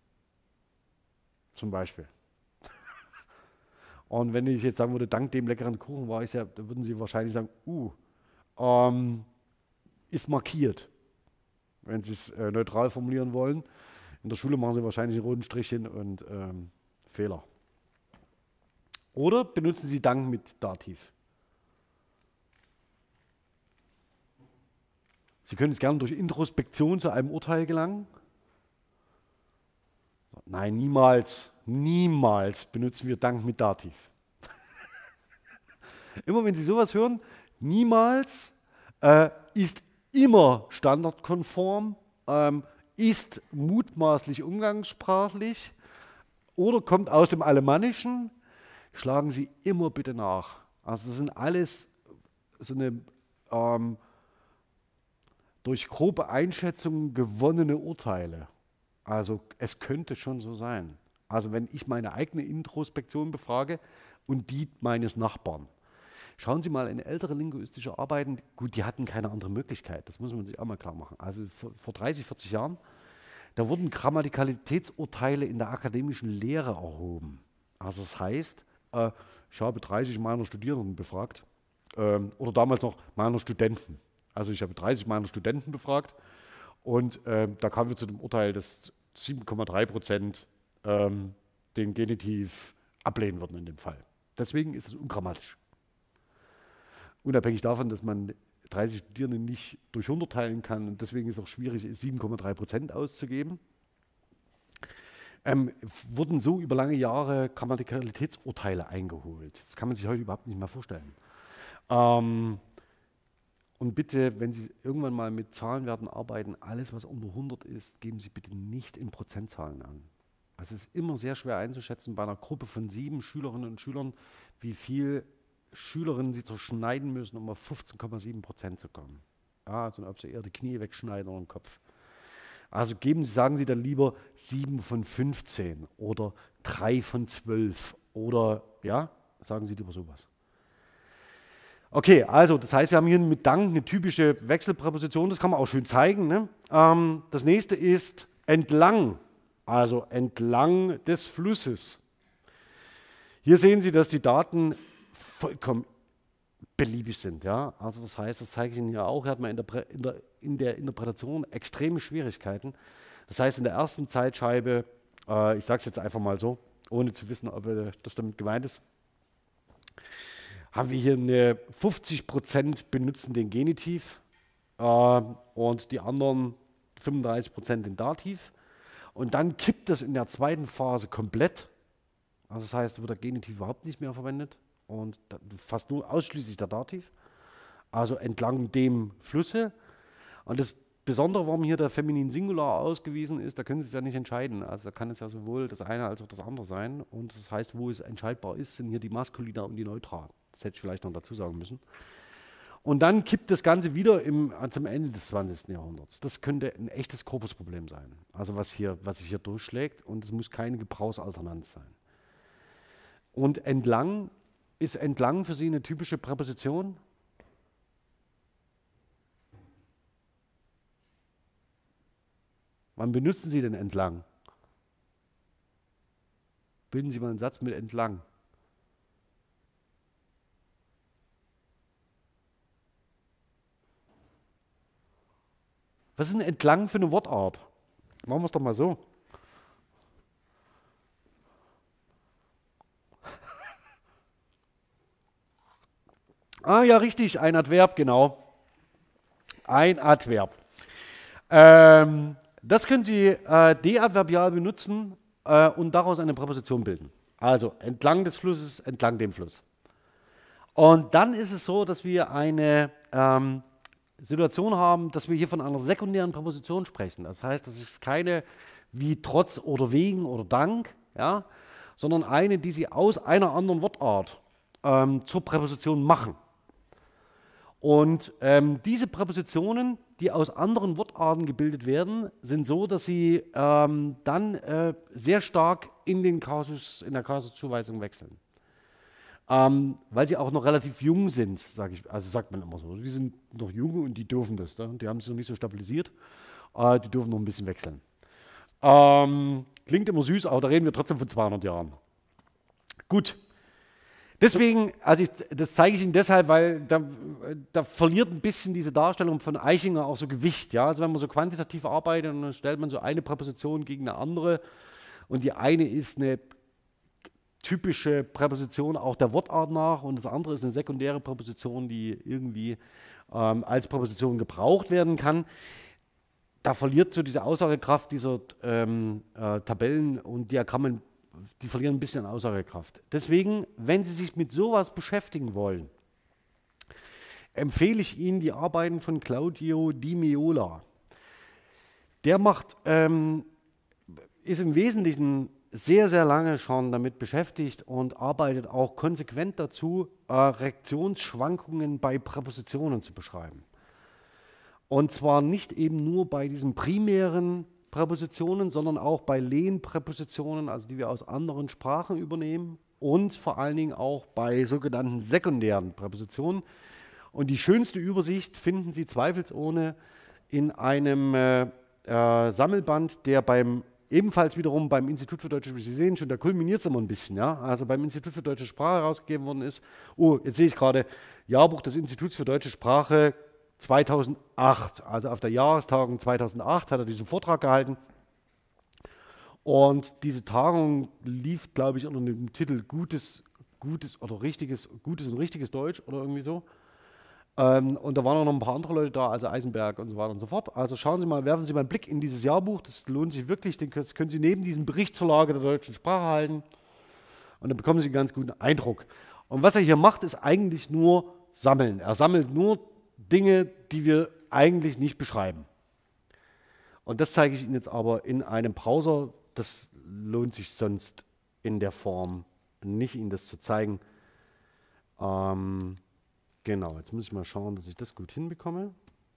Zum Beispiel. Und wenn ich jetzt sagen würde, dank dem leckeren Kuchen war ich sehr, da würden Sie wahrscheinlich sagen, uh, ähm, ist markiert. Wenn Sie es äh, neutral formulieren wollen. In der Schule machen Sie wahrscheinlich einen roten Strich hin und ähm, Fehler. Oder benutzen Sie Dank mit Dativ. Sie können jetzt gerne durch Introspektion zu einem Urteil gelangen. Nein, niemals, niemals benutzen wir Dank mit Dativ. Immer wenn Sie sowas hören, niemals äh, ist immer standardkonform, ähm, ist mutmaßlich umgangssprachlich oder kommt aus dem Alemannischen, schlagen Sie immer bitte nach. Also das sind alles so eine ähm, durch grobe Einschätzungen gewonnene Urteile. Also es könnte schon so sein. Also wenn ich meine eigene Introspektion befrage und die meines Nachbarn. Schauen Sie mal in ältere linguistische Arbeiten, gut, die hatten keine andere Möglichkeit, das muss man sich auch mal klar machen. Also vor, vor dreißig, vierzig Jahren, da wurden Grammatikalitätsurteile in der akademischen Lehre erhoben. Also das heißt, äh, ich habe dreißig meiner Studierenden befragt, ähm, oder damals noch meiner Studenten. Also ich habe dreißig meiner Studenten befragt und ähm, da kamen wir zu dem Urteil, dass sieben Komma drei Prozent ähm, den Genitiv ablehnen würden in dem Fall. Deswegen ist es ungrammatisch. Unabhängig davon, dass man dreißig Studierende nicht durch hundert teilen kann und deswegen ist es auch schwierig, sieben Komma drei Prozent auszugeben, ähm, wurden so über lange Jahre Grammatikalitätsurteile eingeholt. Das kann man sich heute überhaupt nicht mehr vorstellen. Ähm, und bitte, wenn Sie irgendwann mal mit Zahlenwerten arbeiten, alles, was unter hundert ist, geben Sie bitte nicht in Prozentzahlen an. Also es ist immer sehr schwer einzuschätzen bei einer Gruppe von sieben Schülerinnen und Schülern, wie viel Schülerinnen sie zerschneiden müssen, um auf fünfzehn Komma sieben Prozent zu kommen. Ja, also ob sie eher die Knie wegschneiden oder den Kopf. Also geben Sie, sagen Sie dann lieber sieben von fünfzehn oder drei von zwölf oder, ja, sagen Sie lieber sowas. Okay, also das heißt, wir haben hier mit Dank eine typische Wechselpräposition, das kann man auch schön zeigen. Ne? Ähm, das nächste ist entlang, also entlang des Flusses. Hier sehen Sie, dass die Daten vollkommen beliebig sind. Ja? Also das heißt, das zeige ich Ihnen ja auch, hier hat man in der, in, der, in der Interpretation extreme Schwierigkeiten. Das heißt, in der ersten Zeitscheibe, äh, ich sage es jetzt einfach mal so, ohne zu wissen, ob äh, das damit gemeint ist, haben wir hier eine fünfzig Prozent benutzen den Genitiv äh, und die anderen fünfunddreißig Prozent den Dativ. Und dann kippt das in der zweiten Phase komplett. Also das heißt, wird der Genitiv überhaupt nicht mehr verwendet und fast nur ausschließlich der Dativ. Also entlang dem Flusse. Und das Besondere, warum hier der Feminin Singular ausgewiesen ist, da können Sie es ja nicht entscheiden. Also da kann es ja sowohl das eine als auch das andere sein. Und das heißt, wo es entscheidbar ist, sind hier die Maskulina und die Neutra. Das hätte ich vielleicht noch dazu sagen müssen. Und dann kippt das Ganze wieder im, zum Ende des zwanzigsten Jahrhunderts. Das könnte ein echtes Korpusproblem sein. Also was, hier, was sich hier durchschlägt. Und es muss keine Gebrauchsalternanz sein. Und entlang, ist entlang für Sie eine typische Präposition? Wann benutzen Sie denn entlang? Bilden Sie mal einen Satz mit entlang. Was ist denn entlang für eine Wortart? Machen wir es doch mal so. Ah ja, richtig, ein Adverb, genau. Ein Adverb. Ähm, das können Sie äh, deadverbial benutzen äh, und daraus eine Präposition bilden. Also entlang des Flusses, entlang dem Fluss. Und dann ist es so, dass wir eine ähm, Situation haben, dass wir hier von einer sekundären Präposition sprechen. Das heißt, das ist keine wie trotz oder wegen oder dank, ja, sondern eine, die Sie aus einer anderen Wortart ähm, zur Präposition machen. Und ähm, diese Präpositionen, die aus anderen Wortarten gebildet werden, sind so, dass sie ähm, dann äh, sehr stark in, den Kasus, in der Kasuszuweisung wechseln. Ähm, weil sie auch noch relativ jung sind, sage ich, also sagt man immer so. Die sind noch jung und die dürfen das. Ne? Die haben sich noch nicht so stabilisiert. Äh, die dürfen noch ein bisschen wechseln. Ähm, klingt immer süß, aber da reden wir trotzdem von zweihundert Jahren. Gut. Deswegen, also ich, das zeige ich Ihnen deshalb, weil da, da verliert ein bisschen diese Darstellung von Eichinger auch so Gewicht. Ja? Also wenn man so quantitativ arbeitet, dann stellt man so eine Präposition gegen eine andere und die eine ist eine typische Präposition auch der Wortart nach und das andere ist eine sekundäre Präposition, die irgendwie ähm, als Präposition gebraucht werden kann. Da verliert so diese Aussagekraft dieser ähm, äh, Tabellen und Diagrammen, die verlieren ein bisschen an Aussagekraft. Deswegen, wenn Sie sich mit sowas beschäftigen wollen, empfehle ich Ihnen die Arbeiten von Claudio Di Meola. Der macht, ähm, ist im Wesentlichen sehr, sehr lange schon damit beschäftigt und arbeitet auch konsequent dazu, äh, Reaktionsschwankungen bei Präpositionen zu beschreiben. Und zwar nicht eben nur bei diesen primären Präpositionen, sondern auch bei Lehnpräpositionen, also die wir aus anderen Sprachen übernehmen und vor allen Dingen auch bei sogenannten sekundären Präpositionen. Und die schönste Übersicht finden Sie zweifelsohne in einem äh, äh, Sammelband, der beim ebenfalls wiederum beim Institut für Deutsche Sprache, Sie sehen schon, da kulminiert es immer ein bisschen, ja, also beim Institut für Deutsche Sprache herausgegeben worden ist. Oh, jetzt sehe ich gerade, Jahrbuch des Instituts für Deutsche Sprache zweitausendacht, also auf der Jahrestagung zweitausendacht hat er diesen Vortrag gehalten. Und diese Tagung lief, glaube ich, unter dem Titel Gutes, Gutes oder Richtiges, Gutes und Richtiges Deutsch oder irgendwie so. Ähm, und da waren auch noch ein paar andere Leute da, also Eisenberg und so weiter und so fort. Also schauen Sie mal, werfen Sie mal einen Blick in dieses Jahrbuch, das lohnt sich wirklich, das können Sie neben diesem Bericht zur Lage der deutschen Sprache halten und dann bekommen Sie einen ganz guten Eindruck. Und was er hier macht, ist eigentlich nur sammeln. Er sammelt nur Dinge, die wir eigentlich nicht beschreiben. Und das zeige ich Ihnen jetzt aber in einem Browser. Das lohnt sich sonst in der Form nicht, Ihnen das zu zeigen. Ähm, genau, jetzt muss ich mal schauen, dass ich das gut hinbekomme.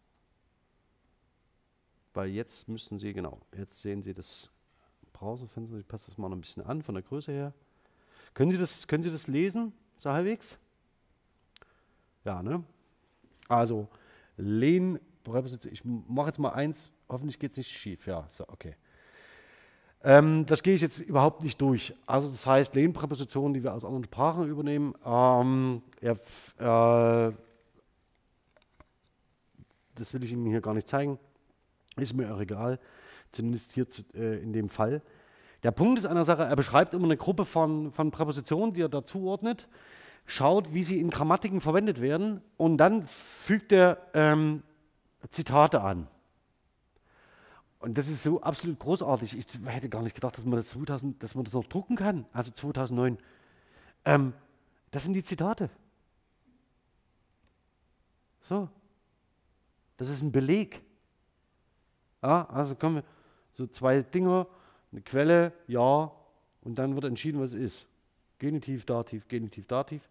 Weil jetzt müssen Sie, genau, jetzt sehen Sie das Browserfenster. Ich passe das mal noch ein bisschen an von der Größe her. Können Sie das, können Sie das lesen, so halbwegs? Ja, ne? Also, Lehnpräposition, ich mache jetzt mal eins, hoffentlich geht es nicht schief. Ja, so, okay. Ähm, das gehe ich jetzt überhaupt nicht durch. Also, das heißt, Lehnpräpositionen, die wir aus anderen Sprachen übernehmen, ähm, ja, äh, das will ich Ihnen hier gar nicht zeigen, ist mir auch egal, zumindest hier zu, äh, in dem Fall. Der Punkt ist einer Sache, er beschreibt immer eine Gruppe von, von Präpositionen, die er dazuordnet. schaut, wie sie in Grammatiken verwendet werden und dann fügt er ähm, Zitate an. Und das ist so absolut großartig. Ich hätte gar nicht gedacht, dass man das, zweitausend, dass man das noch drucken kann, also zweitausendneun. Ähm, das sind die Zitate. So. Das ist ein Beleg. Ja, also kommen wir so zwei Dinge, eine Quelle, ja, und dann wird entschieden, was es ist. Genitiv, Dativ, Genitiv, Dativ.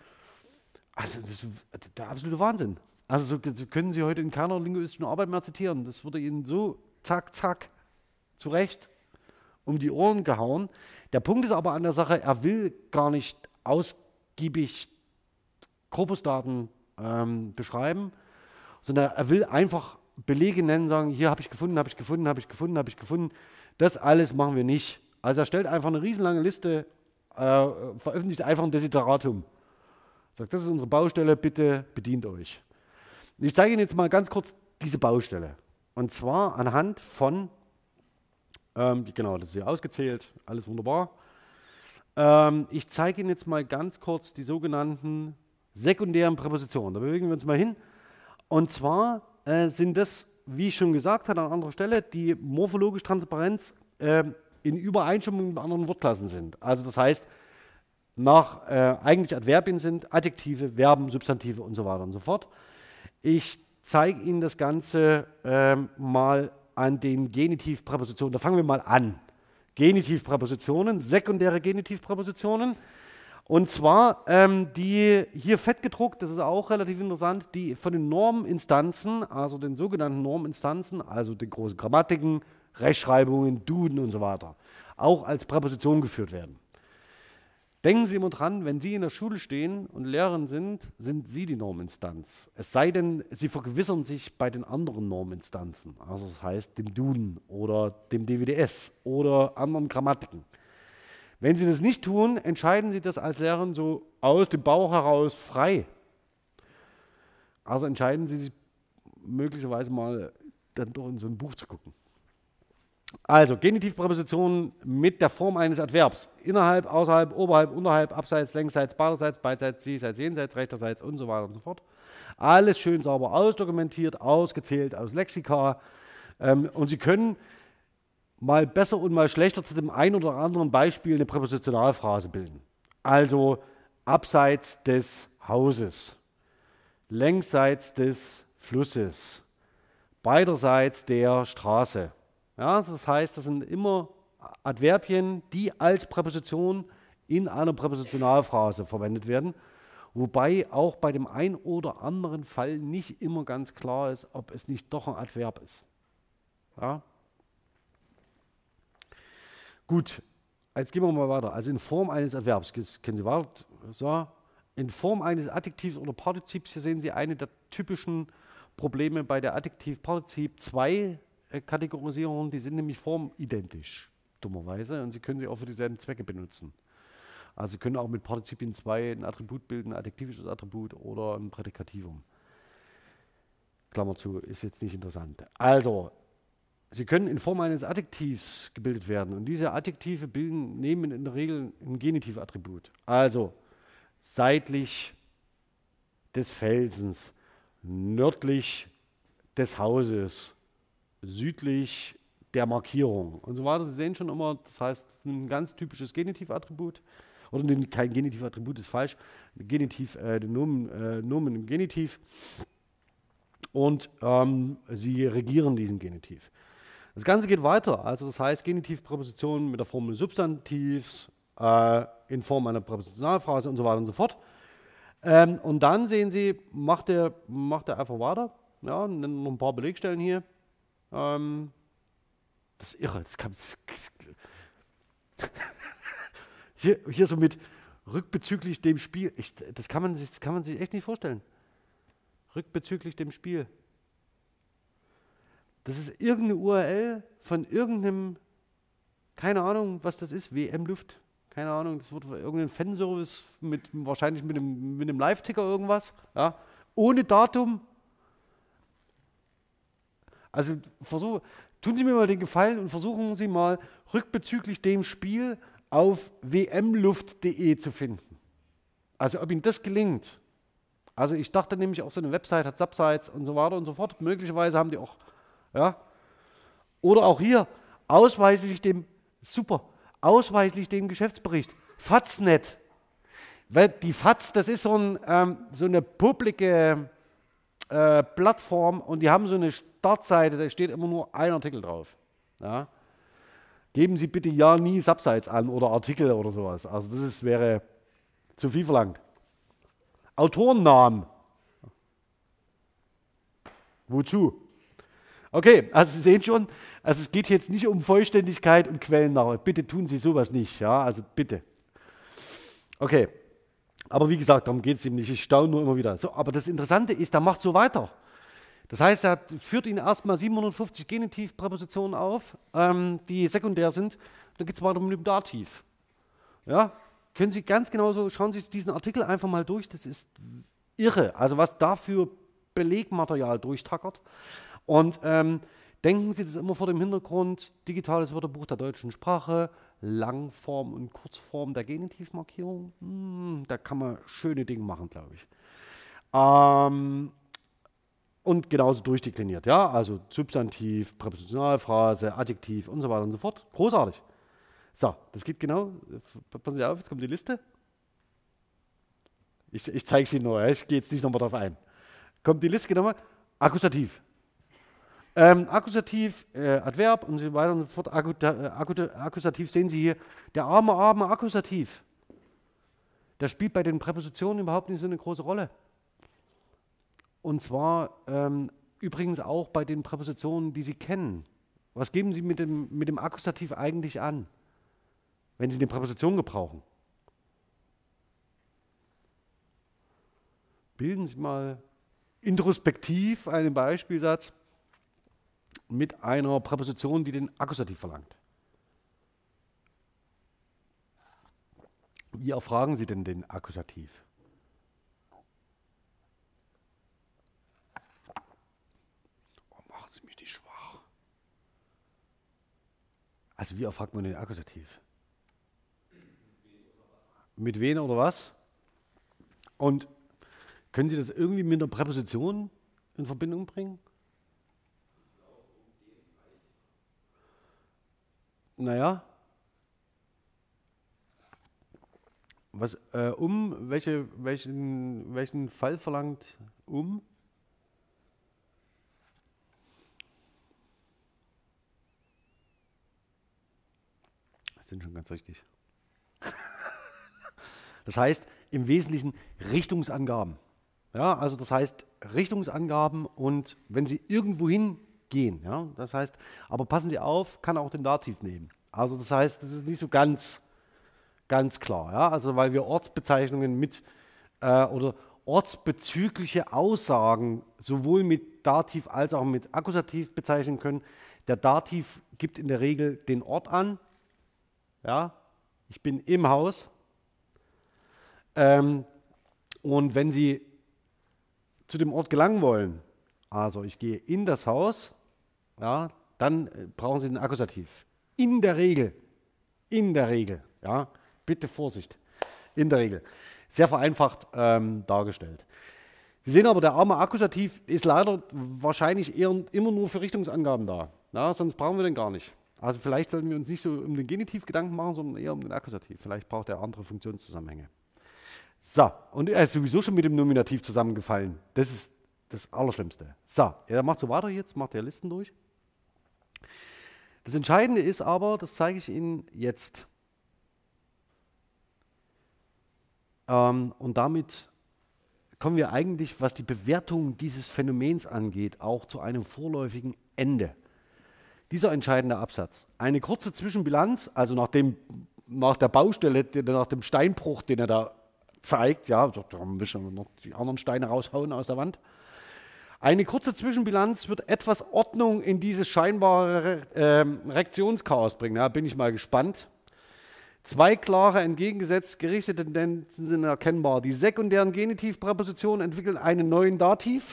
Also das ist der absolute Wahnsinn. Also so, so können Sie heute in keiner linguistischen Arbeit mehr zitieren. Das wurde Ihnen so zack, zack, zurecht um die Ohren gehauen. Der Punkt ist aber an der Sache, er will gar nicht ausgiebig Korpusdaten ähm, beschreiben, sondern er will einfach Belege nennen, sagen, hier habe ich gefunden, habe ich gefunden, habe ich gefunden, habe ich gefunden. Das alles machen wir nicht. Also er stellt einfach eine riesenlange Liste, äh, veröffentlicht einfach ein Desideratum. Sagt, das ist unsere Baustelle, bitte bedient euch. Ich zeige Ihnen jetzt mal ganz kurz diese Baustelle. Und zwar anhand von, ähm, genau, das ist hier ausgezählt, alles wunderbar. Ähm, ich zeige Ihnen jetzt mal ganz kurz die sogenannten sekundären Präpositionen. Da bewegen wir uns mal hin. Und zwar äh, sind das, wie ich schon gesagt habe an anderer Stelle, die morphologisch Transparenz äh, in Übereinstimmung mit anderen Wortklassen sind. Also das heißt, nach äh, eigentlich Adverbien sind Adjektive, Verben, Substantive und so weiter und so fort. Ich zeige Ihnen das Ganze äh, mal an den Genitivpräpositionen. Da fangen wir mal an. Genitivpräpositionen, sekundäre Genitivpräpositionen. Und zwar ähm, die hier fett gedruckt, das ist auch relativ interessant, die von den Norminstanzen, also den sogenannten Norminstanzen, also den großen Grammatiken, Rechtschreibungen, Duden und so weiter, auch als Präposition geführt werden. Denken Sie immer dran, wenn Sie in der Schule stehen und Lehrerin sind, sind Sie die Norminstanz. Es sei denn, Sie vergewissern sich bei den anderen Norminstanzen, also das heißt dem Duden oder dem D W D S oder anderen Grammatiken. Wenn Sie das nicht tun, entscheiden Sie das als Lehrerin so aus dem Bauch heraus frei. Also entscheiden Sie sich möglicherweise mal dann doch in so ein Buch zu gucken. Also Genitivpräpositionen mit der Form eines Adverbs. Innerhalb, außerhalb, oberhalb, unterhalb, abseits, längsseits, beiderseits, beidseits, diesseits, jenseits, rechterseits und so weiter und so fort. Alles schön sauber ausdokumentiert, ausgezählt aus Lexika. Ähm, und Sie können mal besser und mal schlechter zu dem einen oder anderen Beispiel eine Präpositionalphrase bilden. Also abseits des Hauses, längsseits des Flusses, beiderseits der Straße. Ja, das heißt, das sind immer Adverbien, die als Präposition in einer Präpositionalphrase verwendet werden, wobei auch bei dem einen oder anderen Fall nicht immer ganz klar ist, ob es nicht doch ein Adverb ist. Ja? Gut, jetzt gehen wir mal weiter. Also in Form eines Adverbs, kennen Sie weiter, so, in Form eines Adjektivs oder Partizips, hier sehen Sie eine der typischen Probleme bei der Adjektiv-Partizip zwei Kategorisierungen, die sind nämlich formidentisch, dummerweise, und Sie können sie auch für dieselben Zwecke benutzen. Also Sie können auch mit Partizipien zwei ein Attribut bilden, ein adjektivisches Attribut oder ein Prädikativum. Klammer zu, ist jetzt nicht interessant. Also, Sie können in Form eines Adjektivs gebildet werden und diese Adjektive bilden, nehmen in der Regel ein Genitivattribut. Also, seitlich des Felsens, nördlich des Hauses, südlich der Markierung und so weiter. Sie sehen schon immer, das heißt, das ist ein ganz typisches Genitivattribut. Oder kein Genitivattribut ist falsch. Genitiv, äh, Nomen, äh, Nomen im Genitiv. Und ähm, sie regieren diesen Genitiv. Das Ganze geht weiter. Also das heißt, Genitivpräpositionen mit der Form des Substantivs, äh, in Form einer Präpositionalphrase und so weiter und so fort. Ähm, und dann sehen Sie, macht er, macht er einfach weiter. Ja, nennen noch ein paar Belegstellen hier. Ähm, das ist irre. Das kann, das, hier, hier so mit rückbezüglich dem Spiel. Ich, das, kann man sich, das kann man sich echt nicht vorstellen. Rückbezüglich dem Spiel. Das ist irgendeine U R L von irgendeinem, keine Ahnung, was das ist, W M-Luft. Keine Ahnung, das wird irgendein Fanservice mit wahrscheinlich mit einem, mit einem Live-Ticker irgendwas. Ja, ohne Datum. Also versuch, tun Sie mir mal den Gefallen und versuchen Sie mal rückbezüglich dem Spiel auf w m luft punkt de zu finden. Also ob Ihnen das gelingt. Also ich dachte nämlich auch, so eine Website hat Subsites und so weiter und so fort. Möglicherweise haben die auch, ja. Oder auch hier, ausweislich dem, super, ausweislich dem Geschäftsbericht. Faznet. Weil die Faz, das ist so, ein, ähm, so eine publike äh, Plattform und die haben so eine Startseite, da steht immer nur ein Artikel drauf. Ja. Geben Sie bitte ja nie Subsites an oder Artikel oder sowas. Also das ist, wäre zu viel verlangt. Autorennamen. Wozu? Okay, also Sie sehen schon, also es geht jetzt nicht um Vollständigkeit und Quellennahme. Bitte tun Sie sowas nicht, ja, also bitte. Okay, aber wie gesagt, darum geht es ihm nicht. Ich staune nur immer wieder. So, aber das Interessante ist, er macht so weiter. Das heißt, er führt Ihnen erstmal siebenhundertfünfzig Genitivpräpositionen auf, ähm, die sekundär sind. Dann geht es weiter mit dem Dativ. Ja, können Sie ganz genauso, schauen Sie sich diesen Artikel einfach mal durch. Das ist irre, also was da für Belegmaterial durchtackert. Und ähm, denken Sie das immer vor dem Hintergrund, digitales Wörterbuch der deutschen Sprache, Langform und Kurzform der Genitivmarkierung. Hm, da kann man schöne Dinge machen, glaube ich. Ähm, und genauso durchdekliniert, ja, also Substantiv, Präpositionalphrase, Adjektiv und so weiter und so fort. Großartig. So, das geht genau, passen Sie auf, jetzt kommt die Liste. Ich, ich zeige sie nur, ich gehe jetzt nicht nochmal drauf ein. Kommt die Liste genau, Akkusativ. Ähm, Akkusativ, äh, Adverb und so weiter und so fort. Akkuta, äh, Akkusativ sehen Sie hier, der arme, arme Akkusativ. Der spielt bei den Präpositionen überhaupt nicht so eine große Rolle. Und zwar ähm, übrigens auch bei den Präpositionen, die Sie kennen. Was geben Sie mit dem, mit dem Akkusativ eigentlich an, wenn Sie eine Präposition gebrauchen? Bilden Sie mal introspektiv einen Beispielsatz mit einer Präposition, die den Akkusativ verlangt. Wie erfragen Sie denn den Akkusativ? Oh, machen Sie mich nicht schwach. Also wie erfragt man den Akkusativ? Mit wen oder was? Und können Sie das irgendwie mit einer Präposition in Verbindung bringen? Naja. Was, äh, um, welche, welchen, welchen Fall verlangt um? Das sind schon ganz richtig. Das heißt im Wesentlichen Richtungsangaben. Ja, also das heißt Richtungsangaben und wenn Sie irgendwo hingehen, ja, das heißt, aber passen Sie auf, kann auch den Dativ nehmen. Also das heißt, das ist nicht so ganz, ganz klar, ja, also weil wir Ortsbezeichnungen mit äh, oder ortsbezügliche Aussagen sowohl mit Dativ als auch mit Akkusativ bezeichnen können. Der Dativ gibt in der Regel den Ort an, ja, ich bin im Haus. Ähm, und wenn Sie zu dem Ort gelangen wollen, also ich gehe in das Haus, ja, dann äh, brauchen Sie den Akkusativ. In der Regel, in der Regel, ja, bitte Vorsicht, in der Regel. Sehr vereinfacht ähm, dargestellt. Sie sehen aber, der arme Akkusativ ist leider wahrscheinlich eher immer nur für Richtungsangaben da. Ja, sonst brauchen wir den gar nicht. Also vielleicht sollten wir uns nicht so um den Genitiv Gedanken machen, sondern eher um den Akkusativ. Vielleicht braucht er andere Funktionszusammenhänge. So, und er ist sowieso schon mit dem Nominativ zusammengefallen. Das ist das Allerschlimmste. So, er macht so weiter jetzt, macht er Listen durch. Das Entscheidende ist aber, das zeige ich Ihnen jetzt. Ähm, und damit kommen wir eigentlich, was die Bewertung dieses Phänomens angeht, auch zu einem vorläufigen Ende. Dieser entscheidende Absatz. Eine kurze Zwischenbilanz, also nach, dem, nach der Baustelle, nach dem Steinbruch, den er da zeigt, ja, da müssen wir noch die anderen Steine raushauen aus der Wand. Eine kurze Zwischenbilanz wird etwas Ordnung in dieses scheinbare äh, Reaktionschaos bringen. Da bin ich mal gespannt. Zwei klare, entgegengesetzt gerichtete Tendenzen sind erkennbar. Die sekundären Genitivpräpositionen entwickeln einen neuen Dativ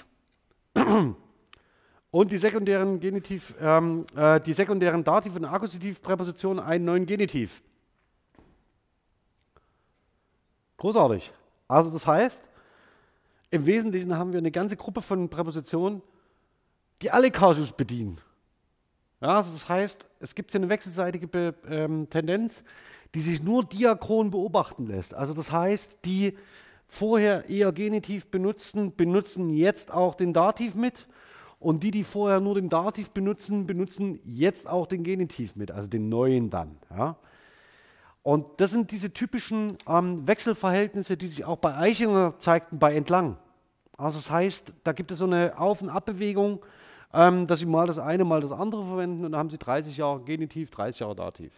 und die sekundären, Genitiv, ähm, äh, die sekundären Dativ- und Akkusativpräpositionen einen neuen Genitiv. Großartig. Also das heißt, im Wesentlichen haben wir eine ganze Gruppe von Präpositionen, die alle Kasus bedienen. Ja, also das heißt, es gibt hier eine wechselseitige Be ähm, Tendenz, die sich nur diachron beobachten lässt. Also das heißt, die vorher eher Genitiv benutzten, benutzen jetzt auch den Dativ mit. Und die, die vorher nur den Dativ benutzen, benutzen jetzt auch den Genitiv mit, also den neuen dann. Ja. Und das sind diese typischen ähm, Wechselverhältnisse, die sich auch bei Eichinger zeigten, bei Entlang. Also das heißt, da gibt es so eine Auf- und Abbewegung, ähm, dass sie mal das eine, mal das andere verwenden und dann haben sie dreißig Jahre Genitiv, dreißig Jahre Dativ.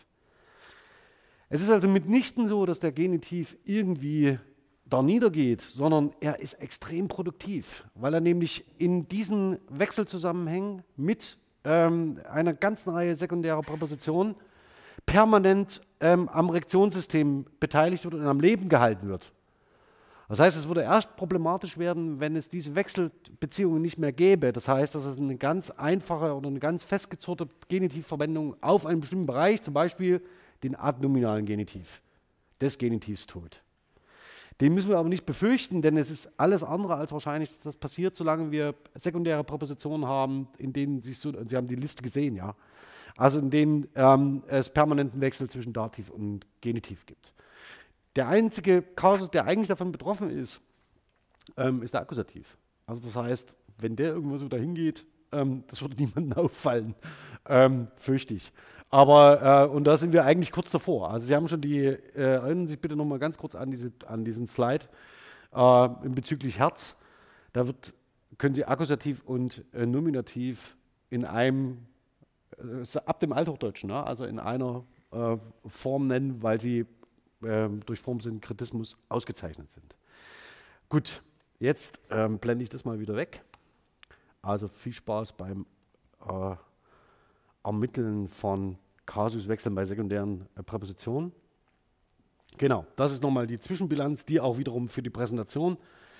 Es ist also mitnichten so, dass der Genitiv irgendwie da niedergeht, sondern er ist extrem produktiv, weil er nämlich in diesen Wechselzusammenhängen mit ähm, einer ganzen Reihe sekundärer Präpositionen permanent ähm, am Rektionssystem beteiligt wird und am Leben gehalten wird. Das heißt, es würde erst problematisch werden, wenn es diese Wechselbeziehungen nicht mehr gäbe. Das heißt, dass es eine ganz einfache oder eine ganz festgezurrte Genitivverwendung auf einen bestimmten Bereich, zum Beispiel den adnominalen Genitiv, des Genitivs tut. Den müssen wir aber nicht befürchten, denn es ist alles andere als wahrscheinlich, dass das passiert, solange wir sekundäre Präpositionen haben, in denen sich so, Sie haben die Liste gesehen, ja, also in denen ähm, es permanenten Wechsel zwischen Dativ und Genitiv gibt. Der einzige Kasus, der eigentlich davon betroffen ist, ähm, ist der Akkusativ. Also das heißt, wenn der irgendwo so dahin geht, ähm, das würde niemandem auffallen, ähm, fürchte ich. Aber, äh, und da sind wir eigentlich kurz davor. Also Sie haben schon die, äh, erinnern Sie sich bitte nochmal ganz kurz an, diese, an diesen Slide äh, bezüglich Herz. Da wird, können Sie Akkusativ und äh, Nominativ in einem, äh, ab dem Althochdeutschen, ne? Also in einer äh, Form nennen, weil sie äh, durch Formsynkretismus ausgezeichnet sind. Gut, jetzt ähm, blende ich das mal wieder weg. Also viel Spaß beim äh, Ermitteln von Kasuswechseln bei sekundären äh, Präpositionen. Genau, das ist nochmal die Zwischenbilanz, die auch wiederum für die Präsentation.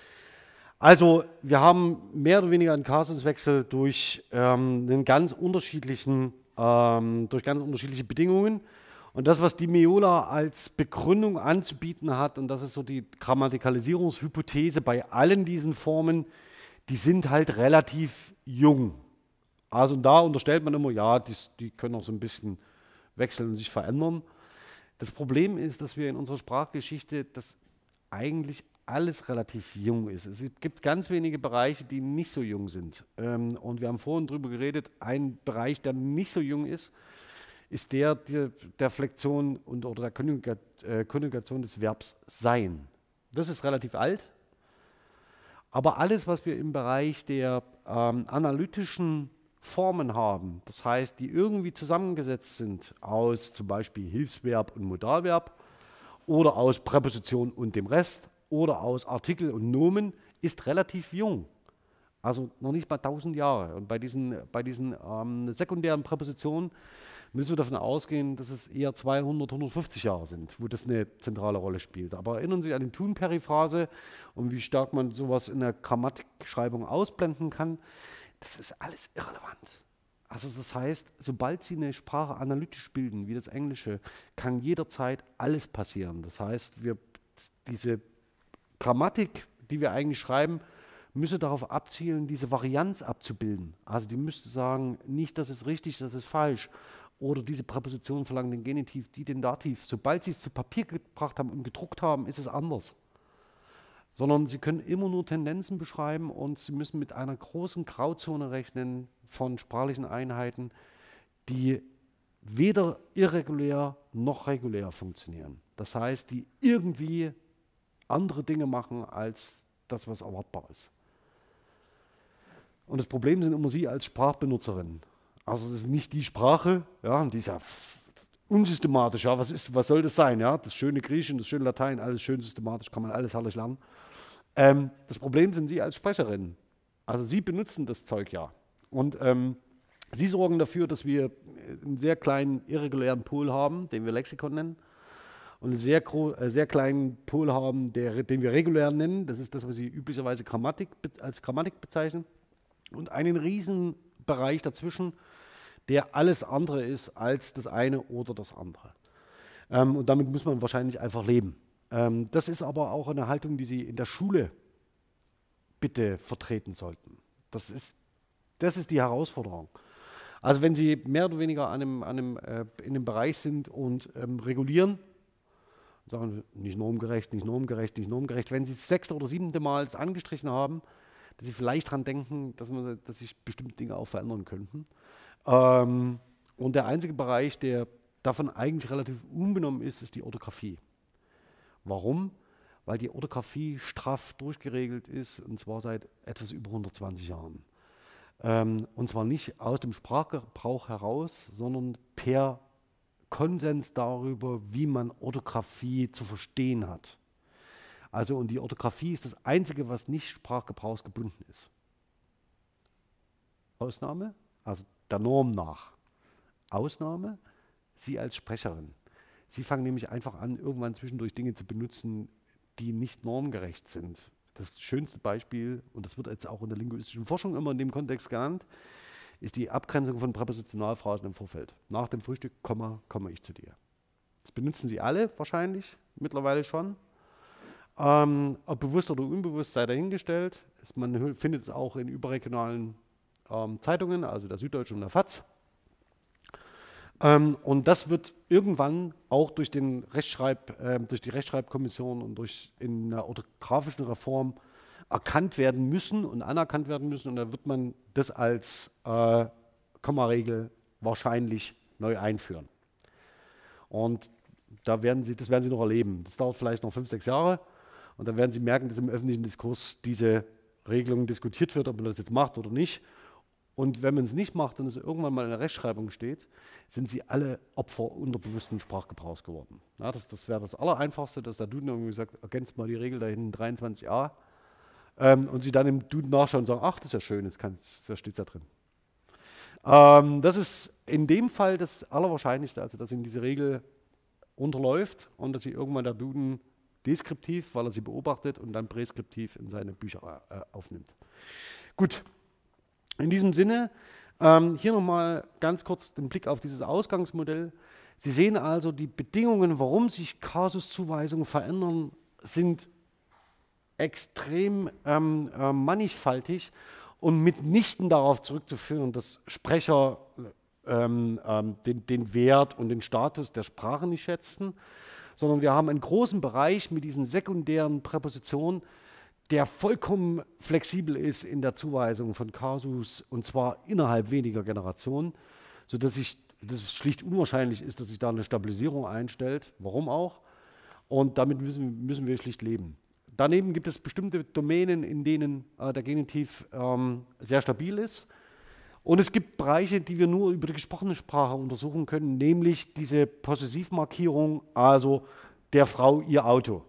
Also wir haben mehr oder weniger einen Kasuswechsel durch, ähm, einen ganz unterschiedlichen, ähm, durch ganz unterschiedliche Bedingungen. Und das, was die Meola als Begründung anzubieten hat, und das ist so die Grammatikalisierungshypothese bei allen diesen Formen, die sind halt relativ jung. Also da unterstellt man immer, ja, die, die können auch so ein bisschen wechseln und sich verändern. Das Problem ist, dass wir in unserer Sprachgeschichte, das eigentlich alles relativ jung ist. Es gibt ganz wenige Bereiche, die nicht so jung sind. Ähm, und wir haben vorhin darüber geredet, ein Bereich, der nicht so jung ist, ist der der, der Flexion und, oder der Konjuga, äh, Konjugation des Verbs sein. Das ist relativ alt. Aber alles, was wir im Bereich der ähm, analytischen Formen haben, das heißt, die irgendwie zusammengesetzt sind aus zum Beispiel Hilfsverb und Modalverb oder aus Präposition und dem Rest oder aus Artikel und Nomen, ist relativ jung. Also noch nicht mal tausend Jahre. Und bei diesen, bei diesen ähm, sekundären Präpositionen müssen wir davon ausgehen, dass es eher zweihundert, hundertfünfzig Jahre sind, wo das eine zentrale Rolle spielt. Aber erinnern Sie sich an die Tun-Periphrase und wie stark man sowas in der Grammatikschreibung ausblenden kann. Das ist alles irrelevant. Also das heißt, sobald Sie eine Sprache analytisch bilden, wie das Englische, kann jederzeit alles passieren. Das heißt, wir, diese Grammatik, die wir eigentlich schreiben, müsse darauf abzielen, diese Varianz abzubilden. Also die müsste sagen, nicht das ist richtig, das ist falsch. Oder diese Präpositionen verlangen den Genitiv, die den Dativ. Sobald Sie es zu Papier gebracht haben und gedruckt haben, ist es anders. Sondern Sie können immer nur Tendenzen beschreiben und Sie müssen mit einer großen Grauzone rechnen von sprachlichen Einheiten, die weder irregulär noch regulär funktionieren. Das heißt, die irgendwie andere Dinge machen als das, was erwartbar ist. Und das Problem sind immer Sie als Sprachbenutzerin. Also es ist nicht die Sprache, ja, die ist ja unsystematisch, ja, was, ist, was soll das sein, ja, das schöne Griechisch, das schöne Latein, alles schön systematisch, kann man alles herrlich lernen. Ähm, das Problem sind Sie als Sprecherin. Also Sie benutzen das Zeug ja. Und ähm, Sie sorgen dafür, dass wir einen sehr kleinen irregulären Pool haben, den wir Lexikon nennen, und einen sehr, äh, sehr kleinen Pool haben, der, den wir regulär nennen. Das ist das, was Sie üblicherweise Grammatik, als Grammatik bezeichnen. Und einen riesen Bereich dazwischen, der alles andere ist als das eine oder das andere. Ähm, und damit muss man wahrscheinlich einfach leben. Ähm, das ist aber auch eine Haltung, die Sie in der Schule bitte vertreten sollten. Das ist, das ist die Herausforderung. Also wenn Sie mehr oder weniger an einem, an einem, äh, in einem Bereich sind und ähm, regulieren, sagen nicht normgerecht, nicht normgerecht, nicht normgerecht, wenn Sie das sechste oder siebente Mal es angestrichen haben, dass Sie vielleicht daran denken, dass, man, dass sich bestimmte Dinge auch verändern könnten. Ähm, und der einzige Bereich, der davon eigentlich relativ unbenommen ist, ist die Orthographie. Warum? Weil die Orthographie straff durchgeregelt ist, und zwar seit etwas über hundertzwanzig Jahren. Ähm, und zwar nicht aus dem Sprachgebrauch heraus, sondern per Konsens darüber, wie man Orthographie zu verstehen hat. Also, und die Orthographie ist das Einzige, was nicht sprachgebrauchsgebunden ist. Ausnahme, also der Norm nach. Ausnahme, Sie als Sprecherin. Sie fangen nämlich einfach an, irgendwann zwischendurch Dinge zu benutzen, die nicht normgerecht sind. Das schönste Beispiel, und das wird jetzt auch in der linguistischen Forschung immer in dem Kontext genannt, ist die Abgrenzung von Präpositionalphrasen im Vorfeld. Nach dem Frühstück, Komma, komme ich zu dir. Das benutzen Sie alle wahrscheinlich, mittlerweile schon. Ähm, ob bewusst oder unbewusst sei dahingestellt. Es, man findet es auch in überregionalen ähm, Zeitungen, also der Süddeutschen und der F A Z. Ähm, und das wird irgendwann auch durch, den Rechtschreib, äh, durch die Rechtschreibkommission und durch in einer orthografischen Reform erkannt werden müssen und anerkannt werden müssen. Und da wird man das als äh, Kommaregel wahrscheinlich neu einführen. Und da werden Sie, das werden Sie noch erleben. Das dauert vielleicht noch fünf, sechs Jahre. Und dann werden Sie merken, dass im öffentlichen Diskurs diese Regelung diskutiert wird, ob man das jetzt macht oder nicht. Und wenn man es nicht macht und es irgendwann mal in der Rechtschreibung steht, sind Sie alle Opfer unterbewussten Sprachgebrauchs geworden. Ja, das das wäre das Allereinfachste, dass der Duden irgendwie sagt, ergänzt mal die Regel da hinten dreiundzwanzig a. Ähm, und Sie dann im Duden nachschauen und sagen, ach, das ist ja schön, das, das steht da drin. Ähm, das ist in dem Fall das Allerwahrscheinlichste, also dass Ihnen diese Regel unterläuft und dass Sie irgendwann der Duden deskriptiv, weil er sie beobachtet, und dann präskriptiv in seine Bücher äh, aufnimmt. Gut, in diesem Sinne, ähm, hier nochmal ganz kurz den Blick auf dieses Ausgangsmodell. Sie sehen also, die Bedingungen, warum sich Kasuszuweisungen verändern, sind extrem ähm, äh, mannigfaltig und mitnichten darauf zurückzuführen, dass Sprecher ähm, ähm, den, den Wert und den Status der Sprache nicht schätzen, sondern wir haben einen großen Bereich mit diesen sekundären Präpositionen, der vollkommen flexibel ist in der Zuweisung von Kasus, und zwar innerhalb weniger Generationen, sodass ich, dass es schlicht unwahrscheinlich ist, dass sich da eine Stabilisierung einstellt. Warum auch? Und damit müssen, müssen wir schlicht leben. Daneben gibt es bestimmte Domänen, in denen äh, der Genitiv ähm, sehr stabil ist. Und es gibt Bereiche, die wir nur über die gesprochene Sprache untersuchen können, nämlich diese Possessivmarkierung, also der Frau ihr Auto.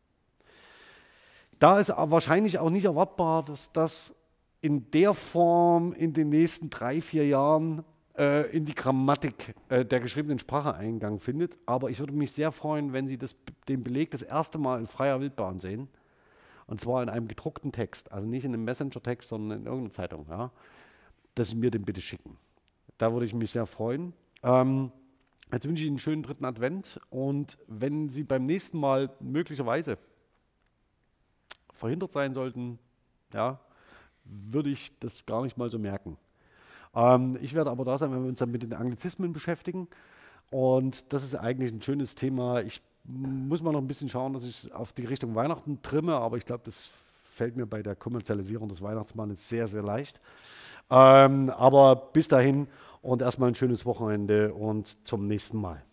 Da ist wahrscheinlich auch nicht erwartbar, dass das in der Form in den nächsten drei, vier Jahren äh, in die Grammatik äh, der geschriebenen Sprache Eingang findet. Aber ich würde mich sehr freuen, wenn Sie das, den Beleg das erste Mal in freier Wildbahn sehen. Und zwar in einem gedruckten Text, also nicht in einem Messenger-Text, sondern in irgendeiner Zeitung. Ja, dass Sie mir den bitte schicken. Da würde ich mich sehr freuen. Ähm, jetzt wünsche ich Ihnen einen schönen dritten Advent, und wenn Sie beim nächsten Mal möglicherweise verhindert sein sollten, ja, würde ich das gar nicht mal so merken. Ähm, ich werde aber da sein, wenn wir uns dann mit den Anglizismen beschäftigen, und das ist eigentlich ein schönes Thema. Ich muss mal noch ein bisschen schauen, dass ich auf die Richtung Weihnachten trimme, aber ich glaube, das fällt mir bei der Kommerzialisierung des Weihnachtsmannes sehr, sehr leicht. Ähm, aber bis dahin und erstmal ein schönes Wochenende und zum nächsten Mal.